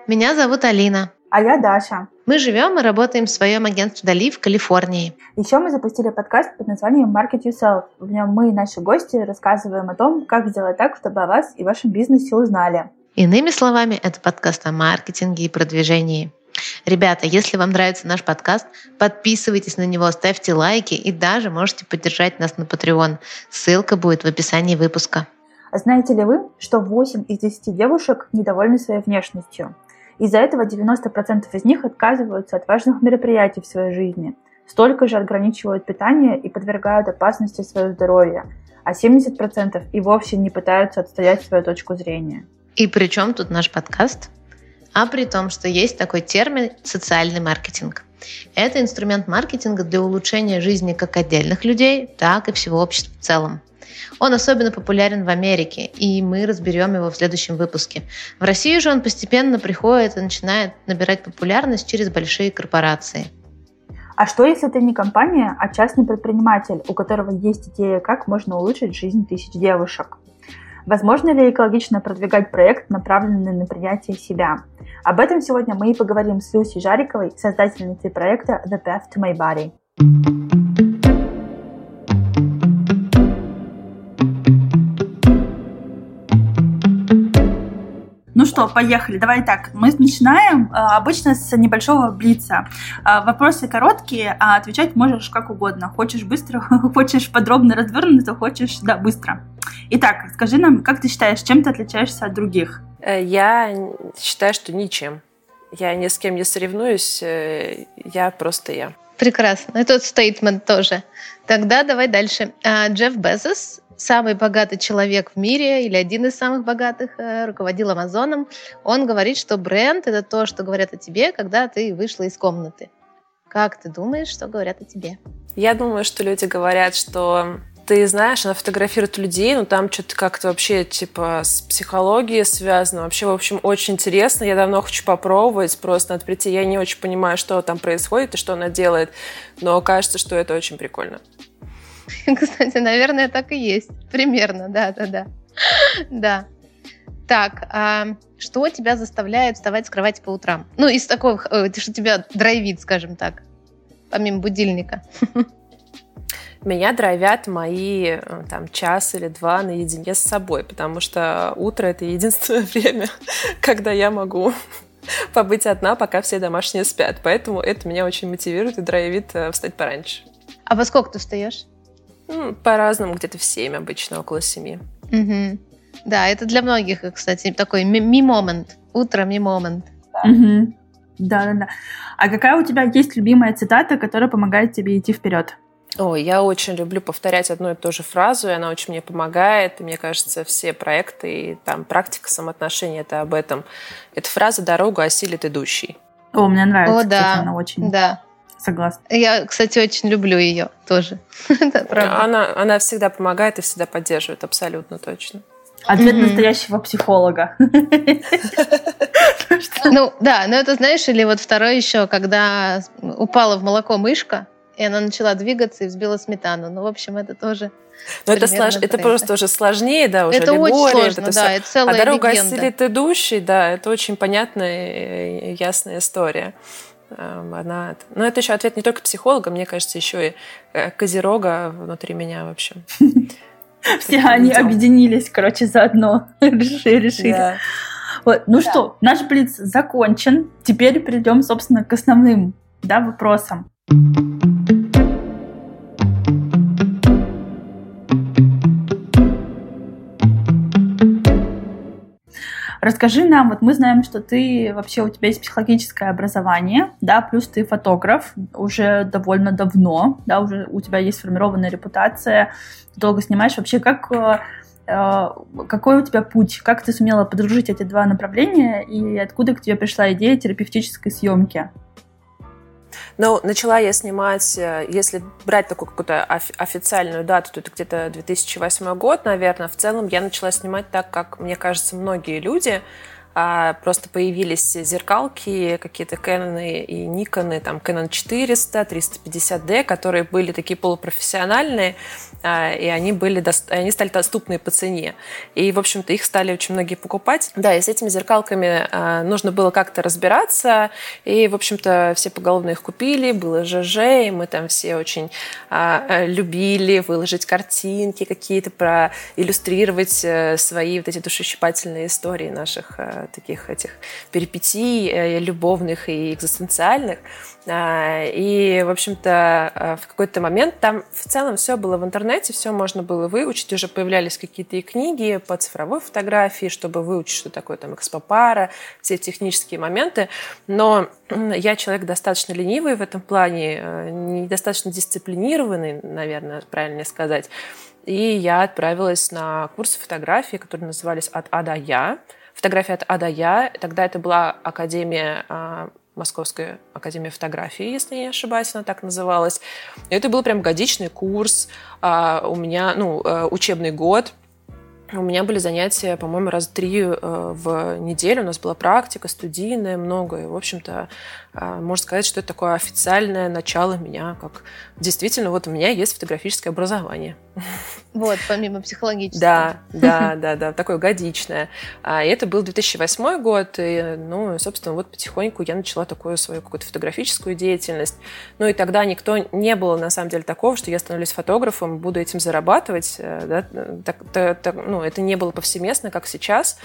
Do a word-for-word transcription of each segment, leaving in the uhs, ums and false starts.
Меня зовут Алина. А я Даша. Мы живем и работаем в своем агентстве Дали в Калифорнии. Еще мы запустили подкаст под названием Market Yourself. В нем мы и наши гости рассказываем о том, как сделать так, чтобы о вас и вашем бизнесе узнали. Иными словами, это подкаст о маркетинге и продвижении. Ребята, если вам нравится наш подкаст, подписывайтесь на него, ставьте лайки и даже можете поддержать нас на Patreon. Ссылка будет в описании выпуска. А знаете ли вы, что восемь из десяти девушек недовольны своей внешностью? Из-за этого девяносто процентов из них отказываются от важных мероприятий в своей жизни. Столько же ограничивают питание и подвергают опасности свое здоровье. А семьдесят процентов и вовсе не пытаются отстоять свою точку зрения. И при чем тут наш подкаст? А при том, что есть такой термин «социальный маркетинг». Это инструмент маркетинга для улучшения жизни как отдельных людей, так и всего общества в целом. Он особенно популярен в Америке, и мы разберем его в следующем выпуске. В Россию же он постепенно приходит и начинает набирать популярность через большие корпорации. А что, если ты не компания, а частный предприниматель, у которого есть идея, как можно улучшить жизнь тысяч девушек? Возможно ли экологично продвигать проект, направленный на принятие себя? Об этом сегодня мы и поговорим с Люсей Жариковой, создательницей проекта The Path to My Body. Ну что, поехали. Давай так. Мы начинаем обычно с небольшого блица. Вопросы короткие, а отвечать можешь как угодно. Хочешь быстро, хочешь подробно, развернуто, хочешь, да, быстро. Итак, скажи нам, как ты считаешь, чем ты отличаешься от других? Я считаю, что ничем. Я ни с кем не соревнуюсь, я просто я. Прекрасно. Этот стейтмент тоже. Тогда давай дальше. Джефф Безос, самый богатый человек в мире или один из самых богатых, руководил Амазоном. Он говорит, что бренд — это то, что говорят о тебе, когда ты вышла из комнаты. Как ты думаешь, что говорят о тебе? Я думаю, что люди говорят, что ты знаешь, она фотографирует людей, но там что-то как-то вообще типа с психологией связано. Вообще, в общем, очень интересно. Я давно хочу попробовать, просто надо прийти. Я не очень понимаю, что там происходит и что она делает, но кажется, что это очень прикольно. Кстати, наверное, так и есть. Примерно, да-да-да. Да. Так, а что тебя заставляет вставать с кровати по утрам? Ну, из такого, что тебя драйвит, скажем так, помимо будильника. Меня драйвят мои там, час или два наедине с собой, потому что утро — это единственное время, когда я могу побыть одна, пока все домашние спят. Поэтому это меня очень мотивирует и драйвит встать пораньше. А во сколько ты встаешь? Ну, по-разному, где-то в семь обычно, около семи. Угу. Да, это для многих, кстати, такой ми-момент. Утро ми-момент. Да. Угу. Да-да-да. А какая у тебя есть любимая цитата, которая помогает тебе идти вперед? Ой, я очень люблю повторять одну и ту же фразу, и она очень мне помогает. И мне кажется, все проекты и там практика самоотношений — это об этом. Эта фраза «дорогу осилит идущий». О, мне нравится, О, кстати, да. она очень. Да. Согласна. Я, кстати, очень люблю ее тоже. Это правда. Она, она всегда помогает и всегда поддерживает, абсолютно точно. Ответ mm-hmm. настоящего психолога. Ну, да, но это, знаешь, или вот второй еще, когда упала в молоко мышка, и она начала двигаться и взбила сметану. Ну, в общем, это тоже... Но это, слож... это просто уже сложнее, да, уже это аллегория. Очень сложно, это да, все... это целая А «Дорога легенда». осилит идущий, да, это очень понятная и ясная история. Она... Но это еще ответ не только психолога, мне кажется, еще и козерога внутри меня, в общем. Все они объединились, короче, заодно. Решили. Ну что, наш блиц закончен. Теперь перейдем, собственно, к основным вопросам. Расскажи нам, вот мы знаем, что ты вообще, у тебя есть психологическое образование, да, плюс ты фотограф уже довольно давно, да, уже у тебя есть сформированная репутация, ты долго снимаешь. Вообще, как, э, какой у тебя путь, как ты сумела подружить эти два направления и откуда к тебе пришла идея терапевтической съемки? Ну, начала я снимать, если брать такую какую-то официальную дату, то это где-то две тысячи восьмой год, наверное. В целом я начала снимать так, как, мне кажется, многие люди. просто появились зеркалки, какие-то Canon и Nikon, там Canon четыреста, триста пятьдесят ди, которые были такие полупрофессиональные, и они, были, они стали доступны по цене. И, в общем-то, их стали очень многие покупать. Да, и с этими зеркалками нужно было как-то разбираться, и, в общем-то, все поголовно их купили, было ЖЖ, и мы там все очень любили выложить картинки какие-то, проиллюстрировать свои вот эти душещипательные истории наших таких этих перипетий любовных и экзистенциальных. И, в общем-то, в какой-то момент там в целом все было в интернете, все можно было выучить, уже появлялись какие-то и книги по цифровой фотографии, чтобы выучить, что такое там экспопара, все технические моменты, но я человек достаточно ленивый в этом плане, недостаточно дисциплинированный, наверное, правильнее сказать, и я отправилась на курсы фотографии, которые назывались «От А до Я». Фотография от А до Я. Тогда это была академия, Московская академия фотографии, если я не ошибаюсь, она так называлась. И это был прям годичный курс. У меня, ну, учебный год. У меня были занятия, по-моему, раз три в неделю. У нас была практика студийная, много. И, в общем-то, можно сказать, что это такое официальное начало меня, как действительно, вот у меня есть фотографическое образование. Вот, помимо психологического. Да, да, да, да, такое годичное. И это был две тысячи восьмой год, и, ну, собственно, вот потихоньку я начала такую свою какую-то фотографическую деятельность. Ну, и тогда никто, не было, на самом деле, такого, что я становлюсь фотографом, буду этим зарабатывать, да, так, так, ну, это не было повсеместно, как сейчас.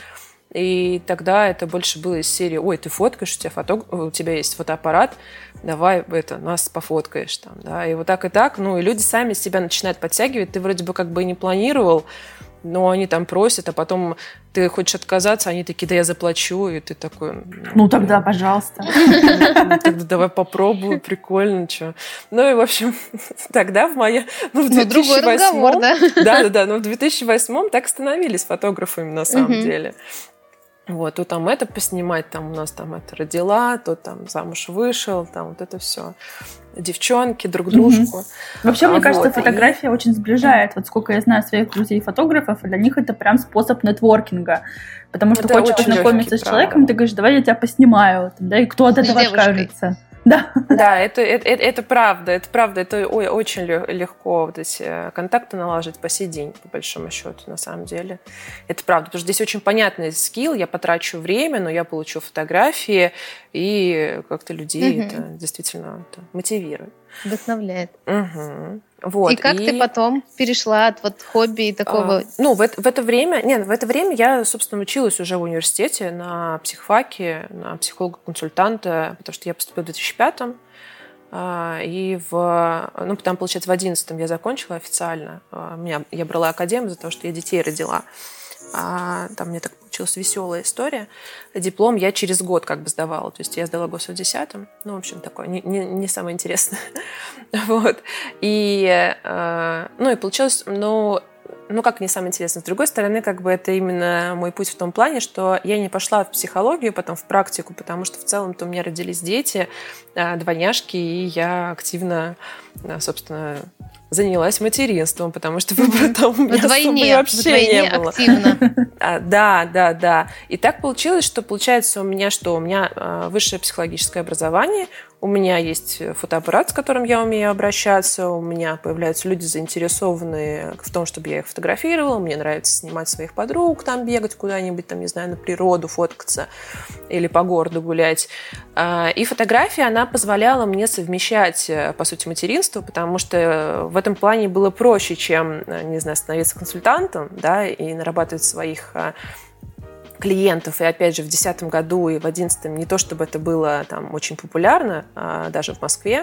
И тогда это больше было из серии: ой, ты фоткаешь, у тебя, фото... у тебя есть фотоаппарат, давай это, нас пофоткаешь там, да, и вот так и так, ну, и люди сами себя начинают подтягивать, ты вроде бы как бы и не планировал, но они там просят, а потом ты хочешь отказаться, они такие: да я заплачу, и ты такой: ну, ну тогда, пожалуйста. Тогда давай попробую, прикольно, что. Ну и, в общем, тогда в моем... Ну, в две тысячи восьмом... да? Да-да-да, но в две тысячи восьмом так становились фотографами на самом деле. Вот, то там это поснимать, там у нас там это родила, то там замуж вышел, там вот это все. Девчонки друг дружку. Mm-hmm. Вообще, а мне вот, кажется, фотография и... очень сближает. Вот сколько я знаю своих друзей-фотографов, для них это прям способ нетворкинга. Потому что это хочешь познакомиться легкий, с человеком, правда. Ты говоришь: давай я тебя поснимаю. Да, и кто от этого откажется? Да, да, это, это, это, это правда, это правда, это ой, очень легко вот эти контакты налаживать по сей день, по большому счету, на самом деле. Это правда, потому что здесь очень понятный скилл, я потрачу время, но я получу фотографии, и как-то людей угу. это действительно это мотивирует. Вдохновляет. Угу. Вот, и как и... ты потом перешла от вот хобби и такого... А, ну, в это, в это время... Нет, в это время я, собственно, училась уже в университете на психфаке, на психолога-консультанта, потому что я поступила в две тысячи пятом. И в... Ну, там, получается, в одиннадцатом я закончила официально. У меня, я брала академию за то, что я детей родила. А там мне так получилась веселая история. Диплом я через год как бы сдавала. То есть я сдала гос в десятом. Ну, в общем, такое не, не, не самое интересное. Вот. И, ну, и получилось, ну, ну, как не самое интересное. С другой стороны, как бы это именно мой путь в том плане, что я не пошла в психологию, потом в практику, потому что в целом-то у меня родились дети, двойняшки, и я активно, собственно, занялась материнством, потому что выбора там у меня вдвойне, вообще не было. Активно. А, да, да, да. И так получилось, что получается у меня, что у меня а, высшее психологическое образование, у меня есть фотоаппарат, с которым я умею обращаться, у меня появляются люди, заинтересованные в том, чтобы я их фотографировала, мне нравится снимать своих подруг, там бегать куда-нибудь, там, не знаю, на природу фоткаться или по городу гулять. И фотография, она позволяла мне совмещать, по сути, материнство, потому что в этом плане было проще, чем, не знаю, становиться консультантом, да, и нарабатывать своих клиентов. И опять же, в две тысячи десятом году и в две тысячи одиннадцатом не то, чтобы это было там очень популярно, а, даже в Москве.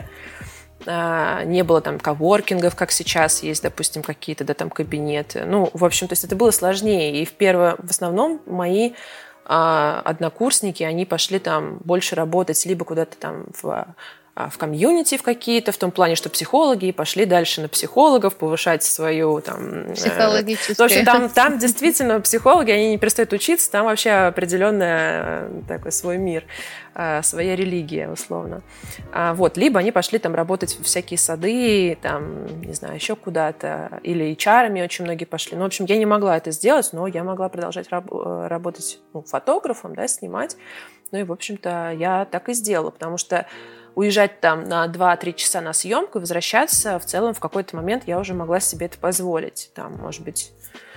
А, не было там коворкингов, как сейчас есть, допустим, какие-то, да, там кабинеты. Ну, в общем, то есть это было сложнее. И в, перво, в основном мои а, однокурсники, они пошли там больше работать либо куда-то там в в комьюнити в какие-то, в том плане, что психологи пошли дальше на психологов, повышать свою там... Психологическую. В общем, там, там действительно психологи, они не перестают учиться, там вообще определенный такой свой мир, своя религия, условно. Вот. Либо они пошли там работать в всякие сады, там, не знаю, еще куда-то, или эйч ар-ами очень многие пошли. Ну, в общем, я не могла это сделать, но я могла продолжать раб- работать ну, фотографом, да, снимать. Ну и, в общем-то, я так и сделала, потому что уезжать там на два-три часа на съемку и возвращаться, в целом в какой-то момент я уже могла себе это позволить. Там, может быть,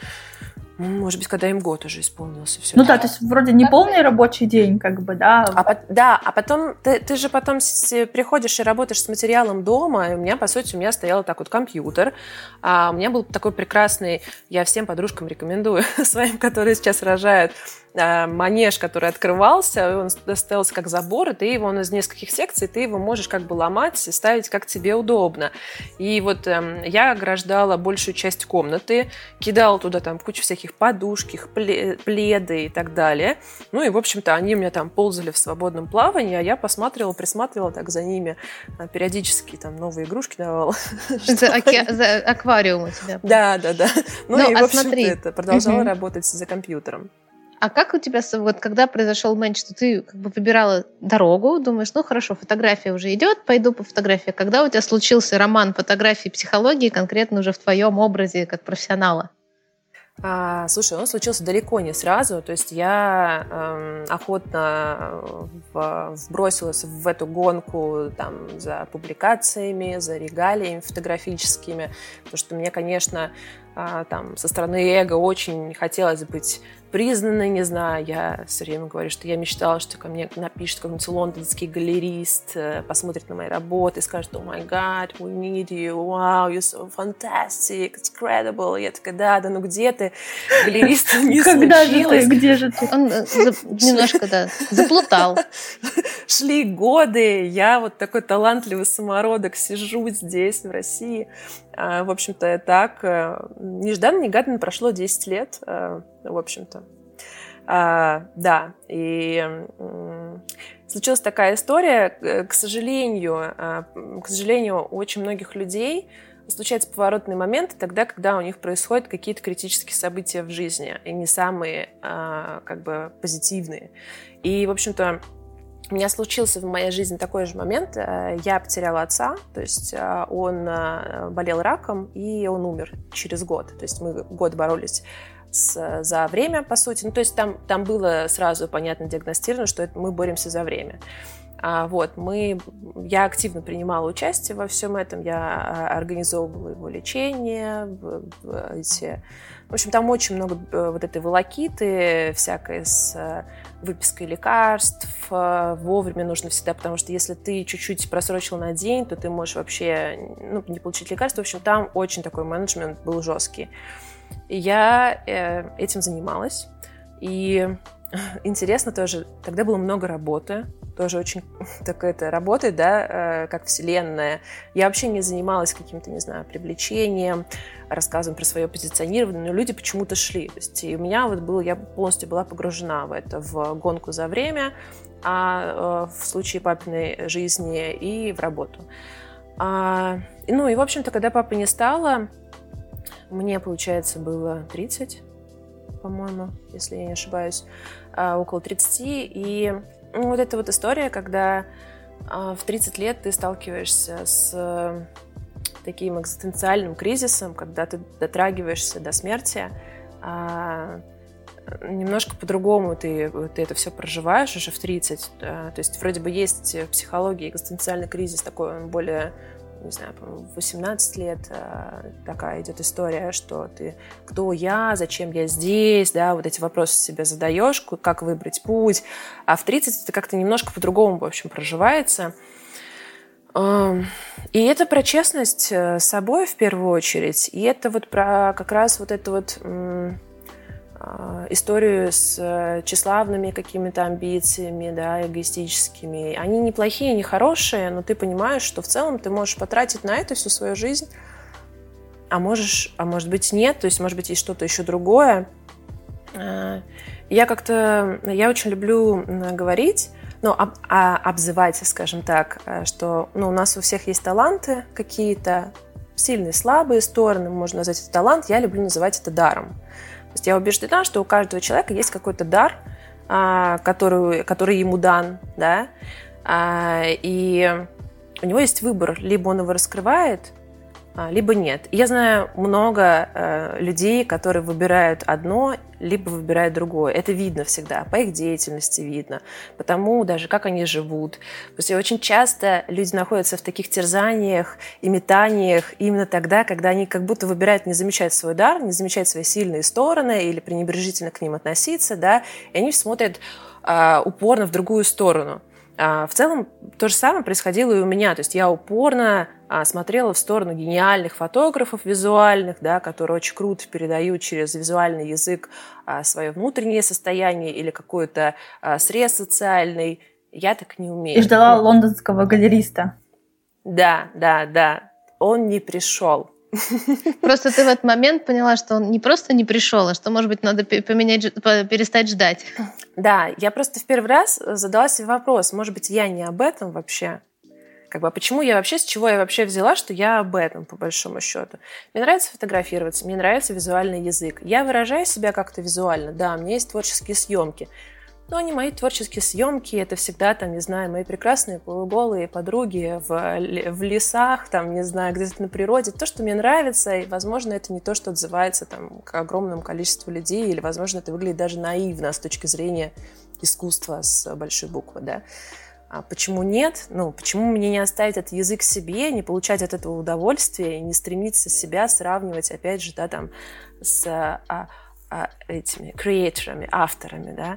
может быть, когда им год уже исполнился. Все ну это. Да, то есть вроде не полный рабочий день, как бы, да? А, да, а потом ты, ты же потом приходишь и работаешь с материалом дома, и у меня, по сути, у меня стоял так вот компьютер, а у меня был такой прекрасный, я всем подружкам рекомендую, своим, которые сейчас рожают, манеж, который открывался, он ставился как забор, и ты его, он из нескольких секций, ты его можешь как бы ломать и ставить как тебе удобно. И вот э, я ограждала большую часть комнаты, кидала туда там кучу всяких подушки, пледы и так далее. Ну и, в общем-то, они у меня там ползали в свободном плавании, а я посматривала, присматривала так за ними, периодически там новые игрушки давала. За аквариум у тебя. Да, да, да. Ну и, в общем-то, это продолжала работать за компьютером. А как у тебя, вот когда произошел момент, что ты как бы выбирала дорогу, думаешь, ну хорошо, фотография уже идет, пойду по фотографии. Когда у тебя случился роман фотографии и психологии, конкретно уже в твоем образе как профессионала? А, слушай, он случился далеко не сразу, то есть я э, охотно в, вбросилась в эту гонку там, за публикациями, за регалиями фотографическими, потому что мне, конечно, э, там, со стороны эго очень хотелось быть признанной, не знаю, я все время говорю, что я мечтала, что ко мне напишет какой-нибудь лондонский галерист, посмотрит на мои работы и скажет: «Oh my God, we need you, wow, you're so fantastic, it's incredible». Я такая: да, да, ну где ты? Галерист не случилось. Когда же ты, где же ты? Он немножко, да, заплутал. Шли годы, я вот такой талантливый самородок сижу здесь, в России. В общем-то, так, нежданно-негаданно прошло десять лет, в общем-то. Да, и случилась такая история, к сожалению, к сожалению, у очень многих людей случаются поворотные моменты тогда, когда у них происходят какие-то критические события в жизни, и не самые, как бы, позитивные. И, в общем-то, у меня случился в моей жизни такой же момент. Я потеряла отца, то есть он болел раком, и он умер через год. То есть мы год боролись с, за время, по сути. Ну, то есть там, там было сразу понятно диагностировано, что это мы боремся за время. А, вот, мы, я активно принимала участие во всем этом, я организовывала его лечение, эти... В общем, там очень много вот этой волокиты всякой с выпиской лекарств. Вовремя нужно всегда, потому что если ты чуть-чуть просрочил на день, то ты можешь вообще, ну, не получить лекарства. В общем, там очень такой менеджмент был жесткий. И я э, этим занималась. И интересно тоже, тогда было много работы. Тоже очень так это работает, да, как вселенная. Я вообще не занималась каким-то, не знаю, привлечением, рассказом про свое позиционирование, но люди почему-то шли. То есть и у меня вот было, я полностью была погружена в это, в гонку за время, а в случае папиной жизни и в работу. А, ну и, в общем-то, когда папы не стало, мне, получается, было тридцать, по-моему, если я не ошибаюсь, около тридцати, и ну, вот эта вот история, когда э, в тридцать лет ты сталкиваешься с э, таким экзистенциальным кризисом, когда ты дотрагиваешься до смерти, э, немножко по-другому ты, ты это все проживаешь уже в тридцать. Э, то есть вроде бы есть в психологии экзистенциальный кризис такой, он более, не знаю, в восемнадцать лет э, такая идет история, что ты, кто я, зачем я здесь, да, вот эти вопросы себе задаешь, как выбрать путь, а в тридцать это как-то немножко по-другому, в общем, проживается. Э, и это про честность с собой в первую очередь, и это вот про как раз вот эту вот э, историю с тщеславными какими-то амбициями, да, эгоистическими. Они не плохие, не хорошие, но ты понимаешь, что в целом ты можешь потратить на это всю свою жизнь, а можешь, а может быть нет, то есть может быть есть что-то еще другое. Я как-то, я очень люблю говорить ну, об, а, обзывать, скажем так, что ну, у нас у всех есть таланты какие-то, сильные, слабые стороны, можно назвать это талант, я люблю называть это даром. То есть я убеждена, что у каждого человека есть какой-то дар, который, который ему дан, да, и у него есть выбор, либо он его раскрывает, либо нет. И я знаю много э, людей, которые выбирают одно, либо выбирают другое. Это видно всегда, по их деятельности видно, потому даже как они живут. То есть очень часто люди находятся в таких терзаниях и метаниях именно тогда, когда они как будто выбирают не замечать свой дар, не замечать свои сильные стороны или пренебрежительно к ним относиться, да, и они смотрят э, упорно в другую сторону. В целом то же самое происходило и у меня. То есть я упорно смотрела в сторону гениальных фотографов визуальных, да, которые очень круто передают через визуальный язык свое внутреннее состояние или какой-то срез социальный. Я так не умею. И ждала лондонского галериста. Да, да, да. Он не пришел. Просто ты в этот момент поняла, что он не просто не пришел, а что, может быть, надо поменять, перестать ждать. Да, я просто в первый раз задала себе вопрос, может быть, я не об этом вообще? Как бы, а почему я вообще, с чего я вообще взяла, что я об этом, по большому счету? Мне нравится фотографироваться, мне нравится визуальный язык. Я выражаю себя как-то визуально, да, у меня есть творческие съемки. Но они мои творческие съемки, это всегда, там, не знаю, мои прекрасные полуголые подруги в, в лесах, там, не знаю, где-то на природе. То, что мне нравится, и, возможно, это не то, что отзывается там, к огромному количеству людей, или, возможно, это выглядит даже наивно с точки зрения искусства с большой буквы, да. А почему нет? Ну, почему мне не оставить этот язык себе, не получать от этого удовольствия и не стремиться себя сравнивать, опять же, да, там, с а, а, этими креаторами, авторами, да.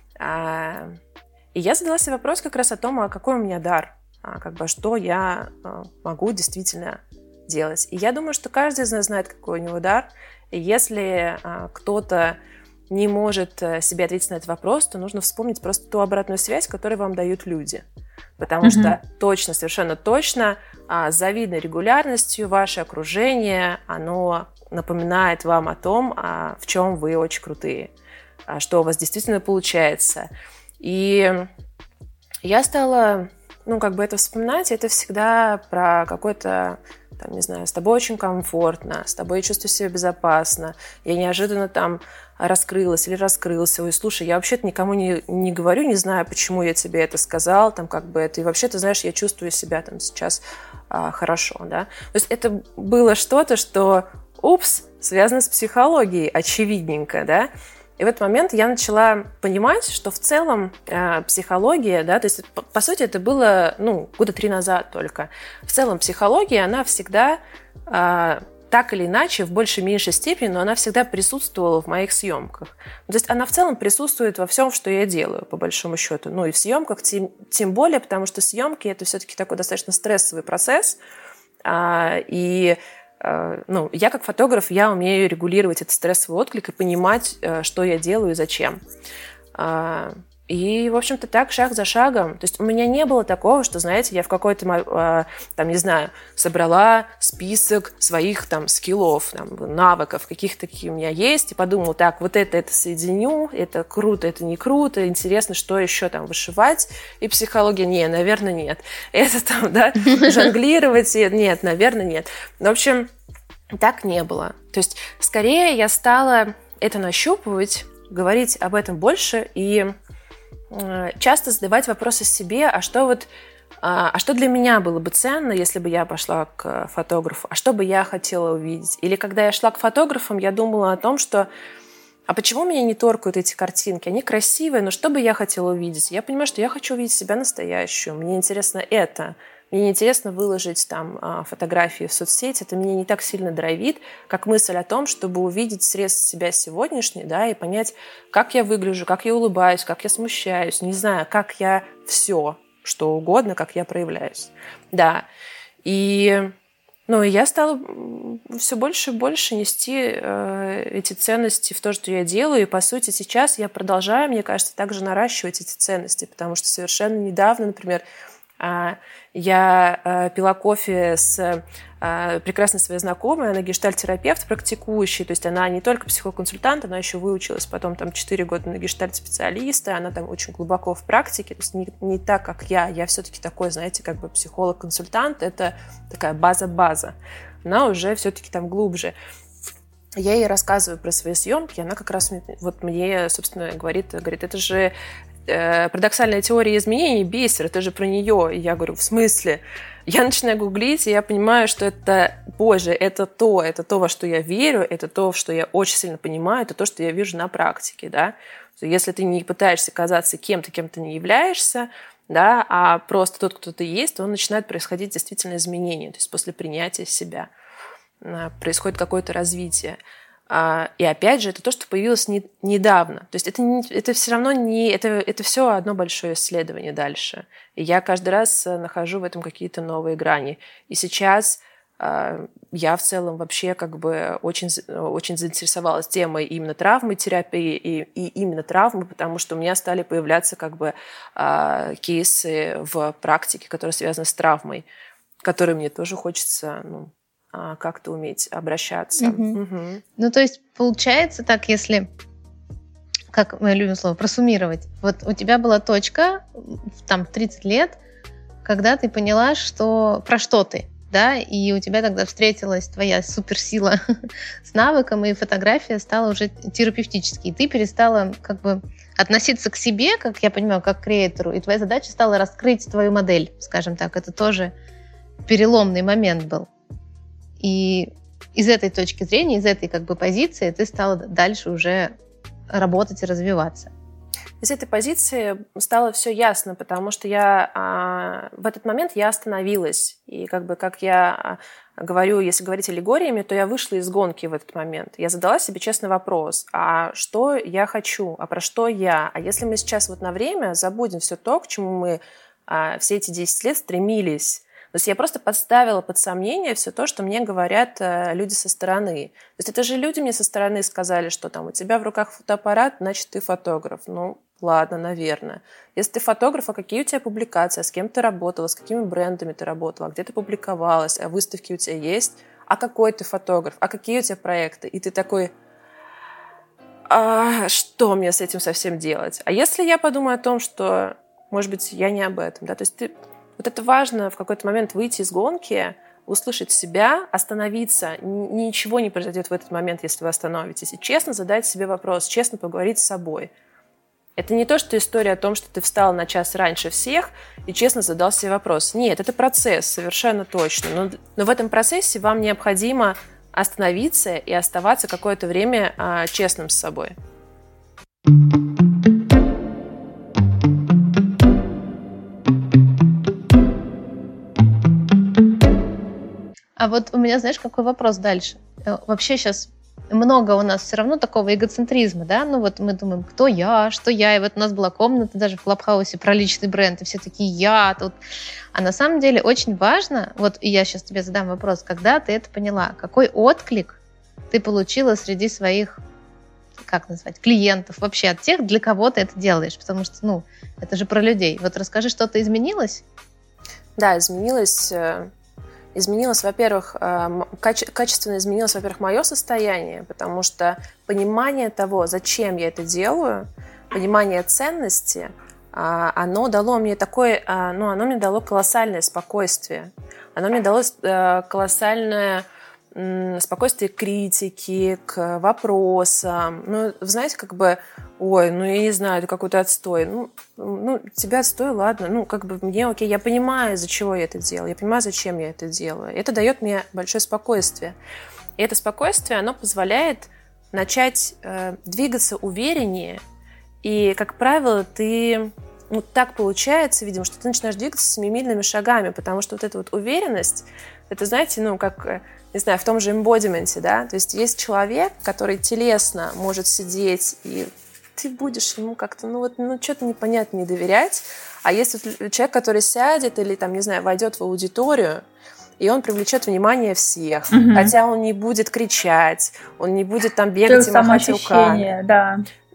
И я задала себе вопрос как раз о том, а какой у меня дар, как бы, что я могу действительно делать. И я думаю, что каждый из нас знает, какой у него дар. И если кто-то не может себе ответить на этот вопрос, то нужно вспомнить просто ту обратную связь, которую вам дают люди. Потому mm-hmm. что точно, совершенно точно, с завидной регулярностью ваше окружение, оно напоминает вам о том, в чем вы очень крутые, что у вас действительно получается. И я стала, ну, как бы это вспоминать, это всегда про какой-то, там, не знаю, с тобой очень комфортно, с тобой я чувствую себя безопасно, я неожиданно там раскрылась или раскрылся, ой, слушай, я вообще-то никому не, не говорю, не знаю, почему я тебе это сказал, там, как бы это, и вообще, ты знаешь, я чувствую себя там сейчас а, хорошо, да. То есть это было что-то, что, упс, связано с психологией, очевидненько, да. И в этот момент я начала понимать, что в целом э, психология, да, то есть по, по сути это было, ну, года три назад только. В целом психология, она всегда э, так или иначе, в большей меньшей степени, но она всегда присутствовала в моих съемках. То есть она в целом присутствует во всем, что я делаю, по большому счету. Ну и в съемках тем, тем более, потому что съемки это все-таки такой достаточно стрессовый процесс, э, и ну, я как фотограф, я умею регулировать этот стрессовый отклик и понимать, что я делаю и зачем. И, в общем-то, так, шаг за шагом. То есть у меня не было такого, что, знаете, я в какой-то, там, не знаю, собрала список своих, там, скиллов, там, навыков, каких-то такие у меня есть, и подумала, так, вот это, это соединю, это круто, это не круто, интересно, что еще там вышивать, и психология, не, наверное, нет. Это там, да, жонглировать, нет, наверное, нет. В общем, так не было. То есть, скорее я стала это нащупывать, говорить об этом больше и часто задавать вопросы себе, а что вот, а что для меня было бы ценно, если бы я пошла к фотографу, а что бы я хотела увидеть. Или когда я шла к фотографам, я думала о том, что а почему меня не торкают эти картинки? Они красивые, но что бы я хотела увидеть? Я понимаю, что я хочу увидеть себя настоящую, мне интересно это. Мне не интересно выложить там фотографии в соцсети, это меня не так сильно драйвит, как мысль о том, чтобы увидеть срез себя сегодняшний, да, и понять, как я выгляжу, как я улыбаюсь, как я смущаюсь, не знаю, как я все, что угодно, как я проявляюсь. Да. И, ну, и я стала все больше и больше нести э, эти ценности в то, что я делаю, и, по сути, сейчас я продолжаю, мне кажется, также наращивать эти ценности, потому что совершенно недавно, например, Я пила кофе с прекрасной своей знакомой, она гештальт-терапевт практикующий, то есть она не только психоконсультант, она еще выучилась потом там четыре года на гештальт-специалиста, она там очень глубоко в практике, то есть не, не так, как я, я все-таки такой, знаете, как бы психолог-консультант, это такая база-база, она уже все-таки там глубже. Я ей рассказываю про свои съемки, она как раз вот мне, собственно, говорит, говорит, это же парадоксальная теория изменений, бисер, это же про нее. И я говорю, в смысле? Я начинаю гуглить, и я понимаю, что это, боже, это то, это то, во что я верю, это то, что я очень сильно понимаю, это то, что я вижу на практике, да. Если ты не пытаешься казаться кем-то, кем ты не являешься, да, а просто тот, кто ты есть, то начинает происходить действительно изменение, то есть после принятия себя происходит какое-то развитие. И опять же, это то, что появилось не, недавно. То есть это, не, это все равно не... Это, это все одно большое исследование дальше. И я каждый раз нахожу в этом какие-то новые грани. И сейчас э, я в целом вообще как бы очень, очень заинтересовалась темой именно травматерапии и, и именно травмы, потому что у меня стали появляться как бы э, кейсы в практике, которые связаны с травмой, которые мне тоже хочется... Ну, как-то уметь обращаться. Угу. Угу. Ну, то есть, получается так, если, как мы любим слово, просуммировать. Вот у тебя была точка, там, тридцать лет, когда ты поняла, что про что ты, да, и у тебя тогда встретилась твоя суперсила с навыком, и фотография стала уже терапевтической. И ты перестала как бы относиться к себе, как я понимаю, как к креатору, и твоя задача стала раскрыть твою модель, скажем так. Это тоже переломный момент был. И из этой точки зрения, из этой как бы позиции ты стала дальше уже работать и развиваться. Из этой позиции стало все ясно, потому что я а, в этот момент я остановилась. И как бы, как я говорю, если говорить аллегориями, то я вышла из гонки в этот момент. Я задала себе честный вопрос, а что я хочу, а про что я? А если мы сейчас вот на время забудем все то, к чему мы а, все эти десять лет стремились, то есть я просто подставила под сомнение все то, что мне говорят э, люди со стороны. То есть это же люди мне со стороны сказали, что там у тебя в руках фотоаппарат, значит, ты фотограф. Ну, ладно, наверное. Если ты фотограф, а какие у тебя публикации, а с кем ты работала, с какими брендами ты работала, где ты публиковалась, а выставки у тебя есть, а какой ты фотограф, а какие у тебя проекты? И ты такой, а что мне с этим совсем делать? А если я подумаю о том, что, может быть, я не об этом, да, то есть ты... Вот это важно в какой-то момент выйти из гонки, услышать себя, остановиться. Ничего не произойдет в этот момент, если вы остановитесь. И честно задать себе вопрос, честно поговорить с собой. Это не то, что история о том, что ты встал на час раньше всех и честно задал себе вопрос. Нет, это процесс, совершенно точно. Но, но в этом процессе вам необходимо остановиться и оставаться какое-то время а, честным с собой. А вот у меня, знаешь, какой вопрос дальше? Вообще сейчас много у нас все равно такого эгоцентризма, да? Ну вот мы думаем, кто я, что я. И вот у нас была комната даже в Клабхаусе про личный бренд, и все такие я тут. А на самом деле очень важно, вот и я сейчас тебе задам вопрос, когда ты это поняла, какой отклик ты получила среди своих, как назвать, клиентов, вообще от тех, для кого ты это делаешь? Потому что, ну, это же про людей. Вот расскажи, что-то изменилось? Да, изменилось... Изменилось, во-первых, каче- качественно изменилось, во-первых, мое состояние, потому что понимание того, зачем я это делаю, понимание ценности, оно дало мне такое, ну, оно мне дало колоссальное спокойствие. Оно мне дало колоссальное спокойствие к критике, к вопросам. Ну, вы знаете, как бы, ой, ну, я не знаю, это какой-то отстой. Ну, ну, тебя отстой, ладно. Ну, как бы мне окей, я понимаю, из-за чего я это делаю, я понимаю, зачем я это делаю. Это дает мне большое спокойствие. И это спокойствие, оно позволяет начать э, двигаться увереннее. И, как правило, ты... Ну, так получается, видимо, что ты начинаешь двигаться семимильными шагами, потому что вот эта вот уверенность, это, знаете, ну, как... не знаю, в том же эмбодименте, да, то есть есть человек, который телесно может сидеть, и ты будешь ему как-то, ну вот, ну что-то непонятно не доверять, а есть вот человек, который сядет или, там, не знаю, войдет в аудиторию, и он привлечет внимание всех, mm-hmm. хотя он не будет кричать, он не будет там бегать и махать руками. Да.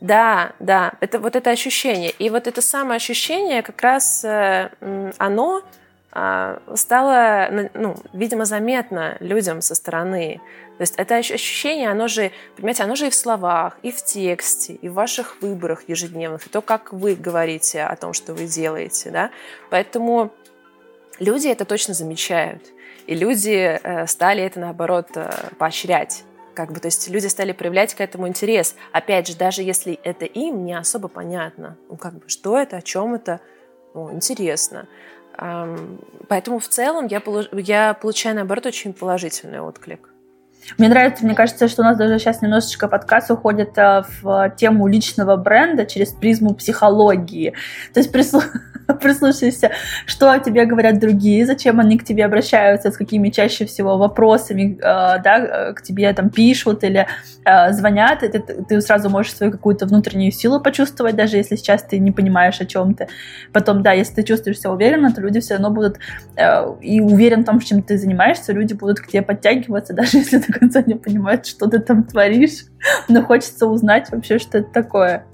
Да, да, это вот это ощущение. И вот это самое ощущение, как раз э, оно э, стало, ну, видимо, заметно людям со стороны. То есть это ощущение, оно же, понимаете, оно же и в словах, и в тексте, и в ваших выборах ежедневных, и то, как вы говорите о том, что вы делаете, да. Поэтому люди это точно замечают, и люди э, стали это, наоборот, э, поощрять. Как бы, то есть люди стали проявлять к этому интерес. Опять же, даже если это им не особо понятно, ну, как бы, что это, о чем это, ну, интересно. Эм, поэтому в целом я, полу- я получаю, наоборот, очень положительный отклик. Мне нравится, мне кажется, что у нас даже сейчас немножечко подкаст уходит в тему личного бренда через призму психологии. То есть прислу... прислушайся, что о тебе говорят другие, зачем они к тебе обращаются, с какими чаще всего вопросами, да, к тебе там пишут или звонят, и ты, ты сразу можешь свою какую-то внутреннюю силу почувствовать, даже если сейчас ты не понимаешь, о чем ты. Потом, да, если ты чувствуешь себя уверенно, то люди все равно будут и уверен в том, чем ты занимаешься, люди будут к тебе подтягиваться, даже если до конца не понимают, что ты там творишь, но хочется узнать вообще, что это такое.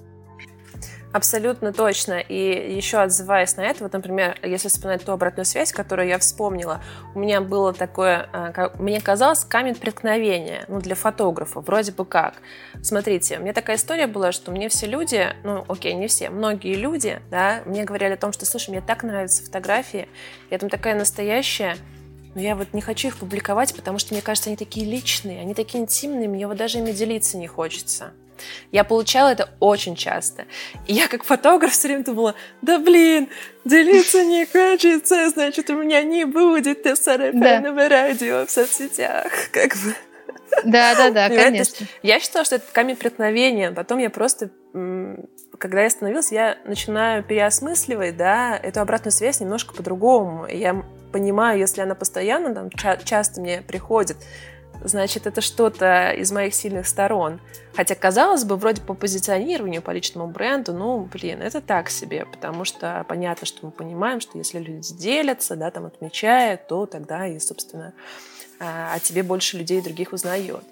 Абсолютно точно. И еще отзываясь на это, вот, например, если вспоминать ту обратную связь, которую я вспомнила, у меня было такое, как, мне казалось, камень преткновения, ну, для фотографа, вроде бы как. Смотрите, у меня такая история была, что мне все люди, ну, окей, не все, многие люди, да, мне говорили о том, что, слушай, мне так нравятся фотографии, я там такая настоящая, но я вот не хочу их публиковать, потому что, мне кажется, они такие личные, они такие интимные, мне вот даже ими делиться не хочется. Я получала это очень часто. И я как фотограф все время думала, да блин, делиться не хочется, значит, у меня не будет сарафанного радио в соцсетях. Как бы. Да-да-да, конечно. Я считала, что это камень преткновения. Потом я просто, когда я остановилась, я начинаю переосмысливать, да, эту обратную связь немножко по-другому. Я понимаю, если она постоянно там, ча- часто мне приходит, значит, это что-то из моих сильных сторон. Хотя, казалось бы, вроде по позиционированию, по личному бренду, ну, блин, это так себе, потому что понятно, что мы понимаем, что если люди делятся, да, там отмечают, то тогда и, собственно, о тебе больше людей других узнает.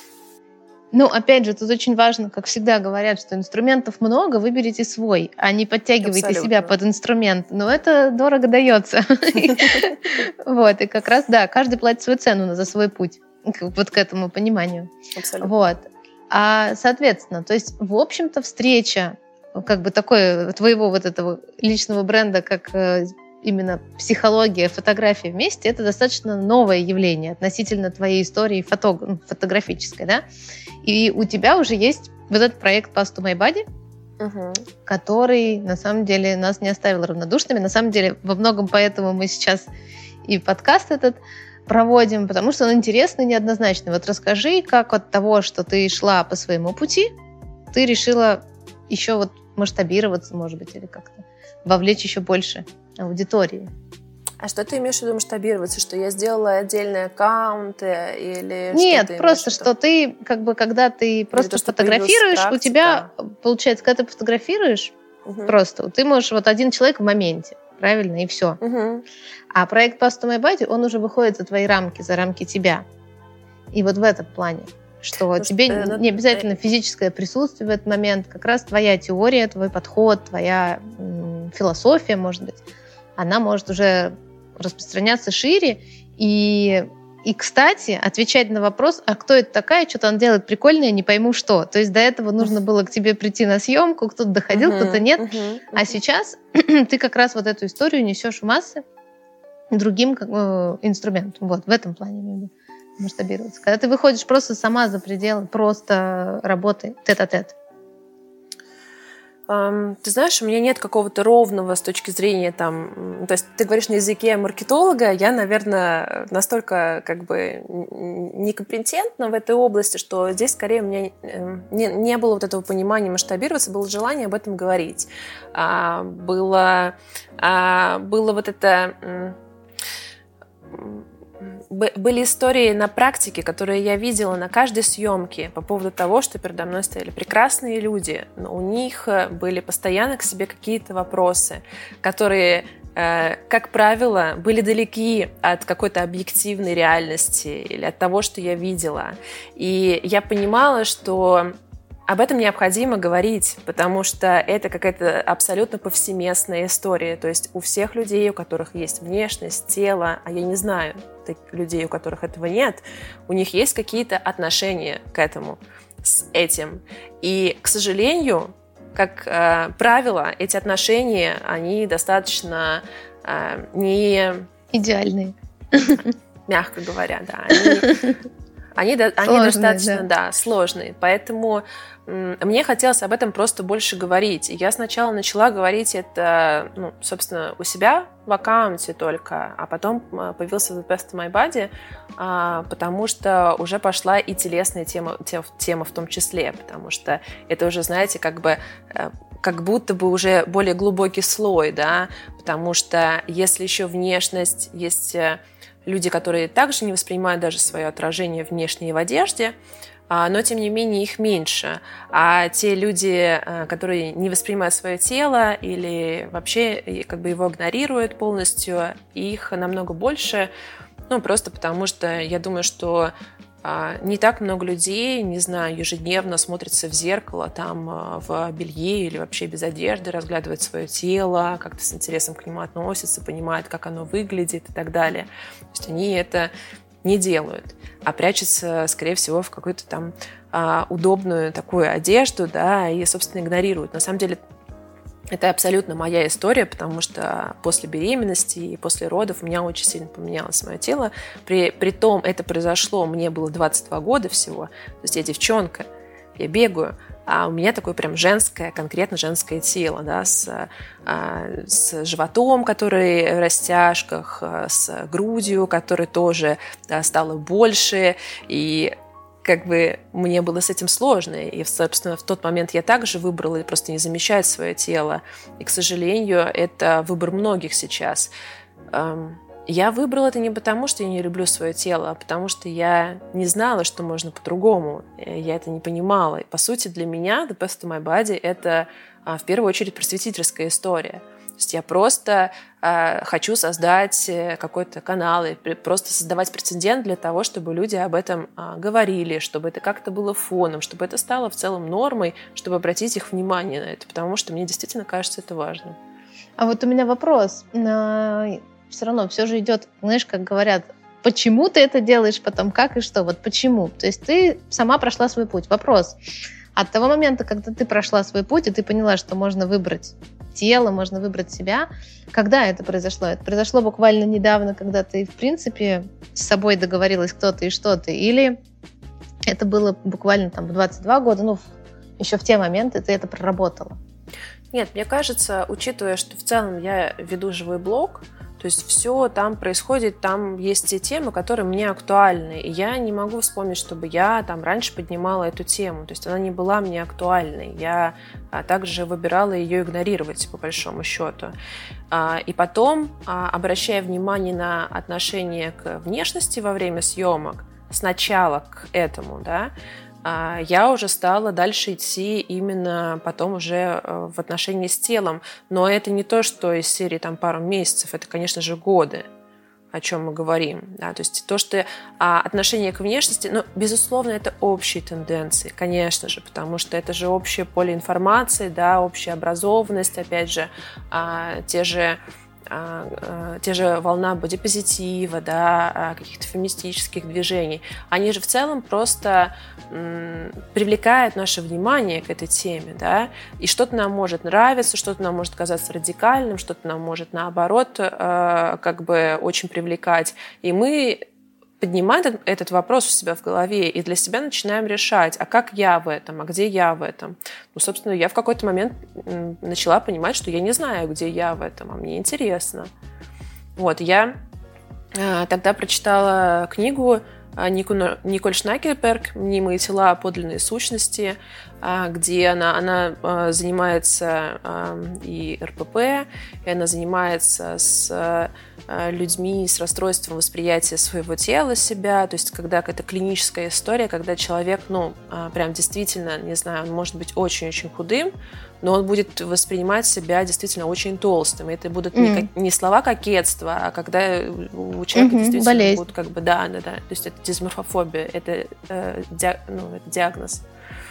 Ну, опять же, тут очень важно, как всегда говорят, что инструментов много, выберите свой, а не подтягивайте Абсолютно. себя под инструмент. Но это дорого дается. Вот, и как раз, да, каждый платит свою цену за свой путь. Вот к этому пониманию. Абсолютно. Вот. А, соответственно, то есть, в общем-то, встреча как бы такой твоего вот этого личного бренда, как именно психология, фотография вместе, это достаточно новое явление относительно твоей истории фото, фотографической, да? И у тебя уже есть вот этот проект Path to My Body, угу. который, на самом деле, нас не оставил равнодушными. На самом деле, во многом поэтому мы сейчас и подкаст этот проводим, потому что он интересный и неоднозначный. Вот расскажи, как от того, что ты шла по своему пути, ты решила еще вот масштабироваться, может быть, или как-то вовлечь еще больше аудитории. А что ты имеешь в виду масштабироваться? Что я сделала отдельные аккаунты или Нет, что ты просто что ты, как бы, когда ты просто то, фотографируешь, практика, у тебя, получается, когда ты фотографируешь, угу. просто, ты можешь вот один человек в моменте, правильно, и все. Угу. А проект Path to My Body, он уже выходит за твои рамки, за рамки тебя. И вот в этом плане, что Потому тебе что, не обязательно физическое присутствие в этот момент, как раз твоя теория, твой подход, твоя м, философия, может быть, она может уже распространяться шире. И, и, кстати, отвечать на вопрос, а кто это такая, что-то она делает прикольное, не пойму что. То есть до этого нужно было к тебе прийти на съемку, кто-то доходил, uh-huh, кто-то нет. Uh-huh, uh-huh. А сейчас ты как раз вот эту историю несешь в массы другим как, э, инструментом. Вот, в этом плане имею в виду масштабироваться. Когда ты выходишь просто сама за пределы просто работы тет-а-тет. Um, ты знаешь, у меня нет какого-то ровного с точки зрения там... То есть ты говоришь на языке маркетолога, я, наверное, настолько как бы некомпетентна в этой области, что здесь скорее у меня не, не было вот этого понимания масштабироваться, было желание об этом говорить. А, было, а, было вот это... Были истории на практике, которые я видела на каждой съемке по поводу того, что передо мной стояли прекрасные люди, но у них были постоянно к себе какие-то вопросы, которые, как правило, были далеки от какой-то объективной реальности или от того, что я видела. И я понимала, что об этом необходимо говорить, потому что это какая-то абсолютно повсеместная история. То есть у всех людей, у которых есть внешность, тело, а я не знаю людей, у которых этого нет, у них есть какие-то отношения к этому, с этим. И, к сожалению, как э, правило, эти отношения, они достаточно э, не... идеальные. Мягко говоря, да. Они... Они, они сложные, достаточно да. Да, сложные, поэтому м, мне хотелось об этом просто больше говорить. И я сначала начала говорить это, ну, собственно, у себя в аккаунте только, а потом появился The Best of My Body, а, потому что уже пошла и телесная тема, тема в том числе, потому что это уже, знаете, как бы... как будто бы уже более глубокий слой, да, потому что если еще внешность, есть люди, которые также не воспринимают даже свое отражение внешнее в одежде, но, тем не менее, их меньше. А те люди, которые не воспринимают свое тело или вообще как бы его игнорируют полностью, их намного больше, ну, просто потому что я думаю, что не так много людей, не знаю, ежедневно смотрятся в зеркало, там, в белье или вообще без одежды, разглядывают свое тело, как-то с интересом к нему относятся, понимают, как оно выглядит и так далее. То есть они это не делают, а прячутся, скорее всего, в какую-то там а, удобную такую одежду, да, и, собственно, игнорируют. На самом деле, это абсолютно моя история, потому что после беременности и после родов у меня очень сильно поменялось мое тело. При, при том, это произошло, мне было двадцать два года всего, то есть я девчонка, я бегаю, а у меня такое прям женское, конкретно женское тело, да, с, а, с животом, который в растяжках, с грудью, которая тоже, да, стала больше, и как бы мне было с этим сложно. И, собственно, в тот момент я также выбрала просто не замечать свое тело. И, к сожалению, это выбор многих сейчас. Я выбрала это не потому, что я не люблю свое тело, а потому что я не знала, что можно по-другому. Я это не понимала. И, по сути, для меня The Best of My Body — это в первую очередь просветительская история. То есть я просто э, хочу создать какой-то канал и просто создавать прецедент для того, чтобы люди об этом э, говорили, чтобы это как-то было фоном, чтобы это стало в целом нормой, чтобы обратить их внимание на это, потому что мне действительно кажется это важным. А вот у меня вопрос. Все равно все же идет, знаешь, как говорят, почему ты это делаешь, потом как и что, вот почему. То есть ты сама прошла свой путь. Вопрос. От того момента, когда ты прошла свой путь, и ты поняла, что можно выбрать тело, можно выбрать себя, когда это произошло? Это произошло буквально недавно, когда ты, в принципе, с собой договорилась, кто ты и что ты, или это было буквально там в двадцать два года, ну, еще в те моменты ты это проработала? Нет, мне кажется, учитывая, что в целом я веду живой блог, то есть все там происходит, там есть те темы, которые мне актуальны. И я не могу вспомнить, чтобы я там раньше поднимала эту тему. То есть она не была мне актуальной. Я а, также выбирала ее игнорировать, по большому счету. А, и потом, а, обращая внимание на отношение к внешности во время съемок, сначала к этому, да, я уже стала дальше идти именно потом уже в отношении с телом. Но это не то, что из серии там пару месяцев, это, конечно же, годы, о чем мы говорим. Да? То есть то, что а, отношение к внешности, ну, безусловно, это общие тенденции, конечно же, потому что это же общее поле информации, да, общая образованность, опять же, а, те же... те же волна бодипозитива, да, каких-то феминистических движений, они же в целом просто м, привлекают наше внимание к этой теме, да, и что-то нам может нравиться, что-то нам может казаться радикальным, что-то нам может, наоборот, э, как бы очень привлекать, и мы поднимаем этот вопрос у себя в голове и для себя начинаем решать, а как я в этом, а где я в этом. Ну, собственно, я в какой-то момент начала понимать, что я не знаю, где я в этом, а мне интересно. Вот, я э, тогда прочитала книгу Николь Шнакерберг «Мнимые тела. Подлинные сущности», где она, она занимается и эр пэ пэ, и она занимается с людьми с расстройством восприятия своего тела, себя, то есть когда какая-то клиническая история, когда человек, ну, прям действительно, не знаю, он может быть очень-очень худым, но он будет воспринимать себя действительно очень толстым. И это будут mm. не, не слова кокетства, а когда у человека mm-hmm. действительно болезнь. Будут как бы, да, да, да, то есть это дисморфофобия, это, э, ди, ну, это диагноз.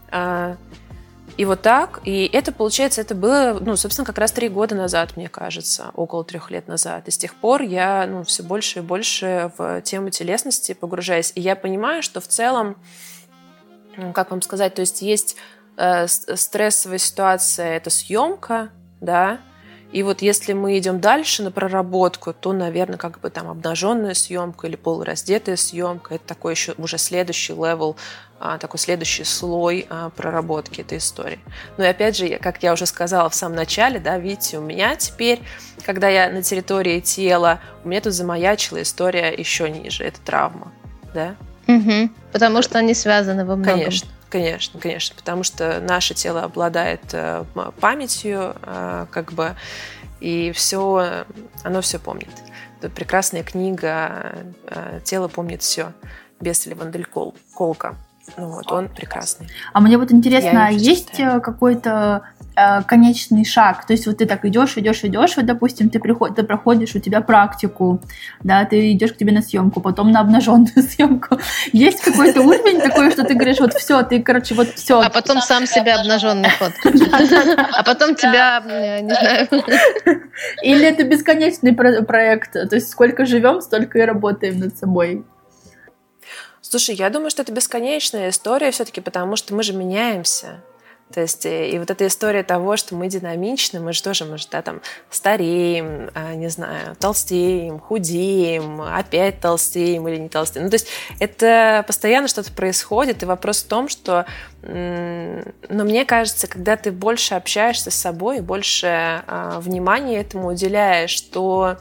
И вот так. И это, получается, это было, ну, собственно, как раз три года назад, мне кажется, около трех лет назад. И с тех пор я, ну, все больше и больше в тему телесности погружаюсь. И я понимаю, что в целом, как вам сказать, то есть есть э, стрессовая ситуация, это съемка, да, и вот если мы идем дальше на проработку, то, наверное, как бы там обнаженная съемка или полураздетая съемка, это такой еще уже следующий левел, такой следующий слой проработки этой истории. Но и опять же, как я уже сказала в самом начале, да, видите, у меня теперь, когда я на территории тела, у меня тут замаячила история еще ниже, это травма, да? Угу. Потому что они связаны во многом. Конечно. Конечно, конечно, потому что наше тело обладает памятью, как бы, и все, оно все помнит. Это прекрасная книга «Тело помнит все» Бессель ван дель Колка. Ну, вот, он прекрасный. А мне вот интересно, есть читаю. какой-то э, конечный шаг? То есть вот ты так идешь, идешь, идешь, вот, допустим, ты, приход, ты проходишь, у тебя практику, да, ты идешь к тебе на съемку, потом на обнаженную съемку. Есть какой-то уровень такой, что ты говоришь, вот все, ты, короче, вот все. А потом сам себя обнаженный фоткаешь. А потом тебя, не знаю. Или это бесконечный проект, то есть сколько живем, столько и работаем над собой. Слушай, я думаю, что это бесконечная история все-таки, потому что мы же меняемся. То есть, и вот эта история того, что мы динамичны, мы же тоже, мы же, да, там, стареем, не знаю, толстеем, худеем, опять толстеем или не толстеем. Ну, то есть, это постоянно что-то происходит, и вопрос в том, что, ну, мне кажется, когда ты больше общаешься с собой, больше внимания этому уделяешь, то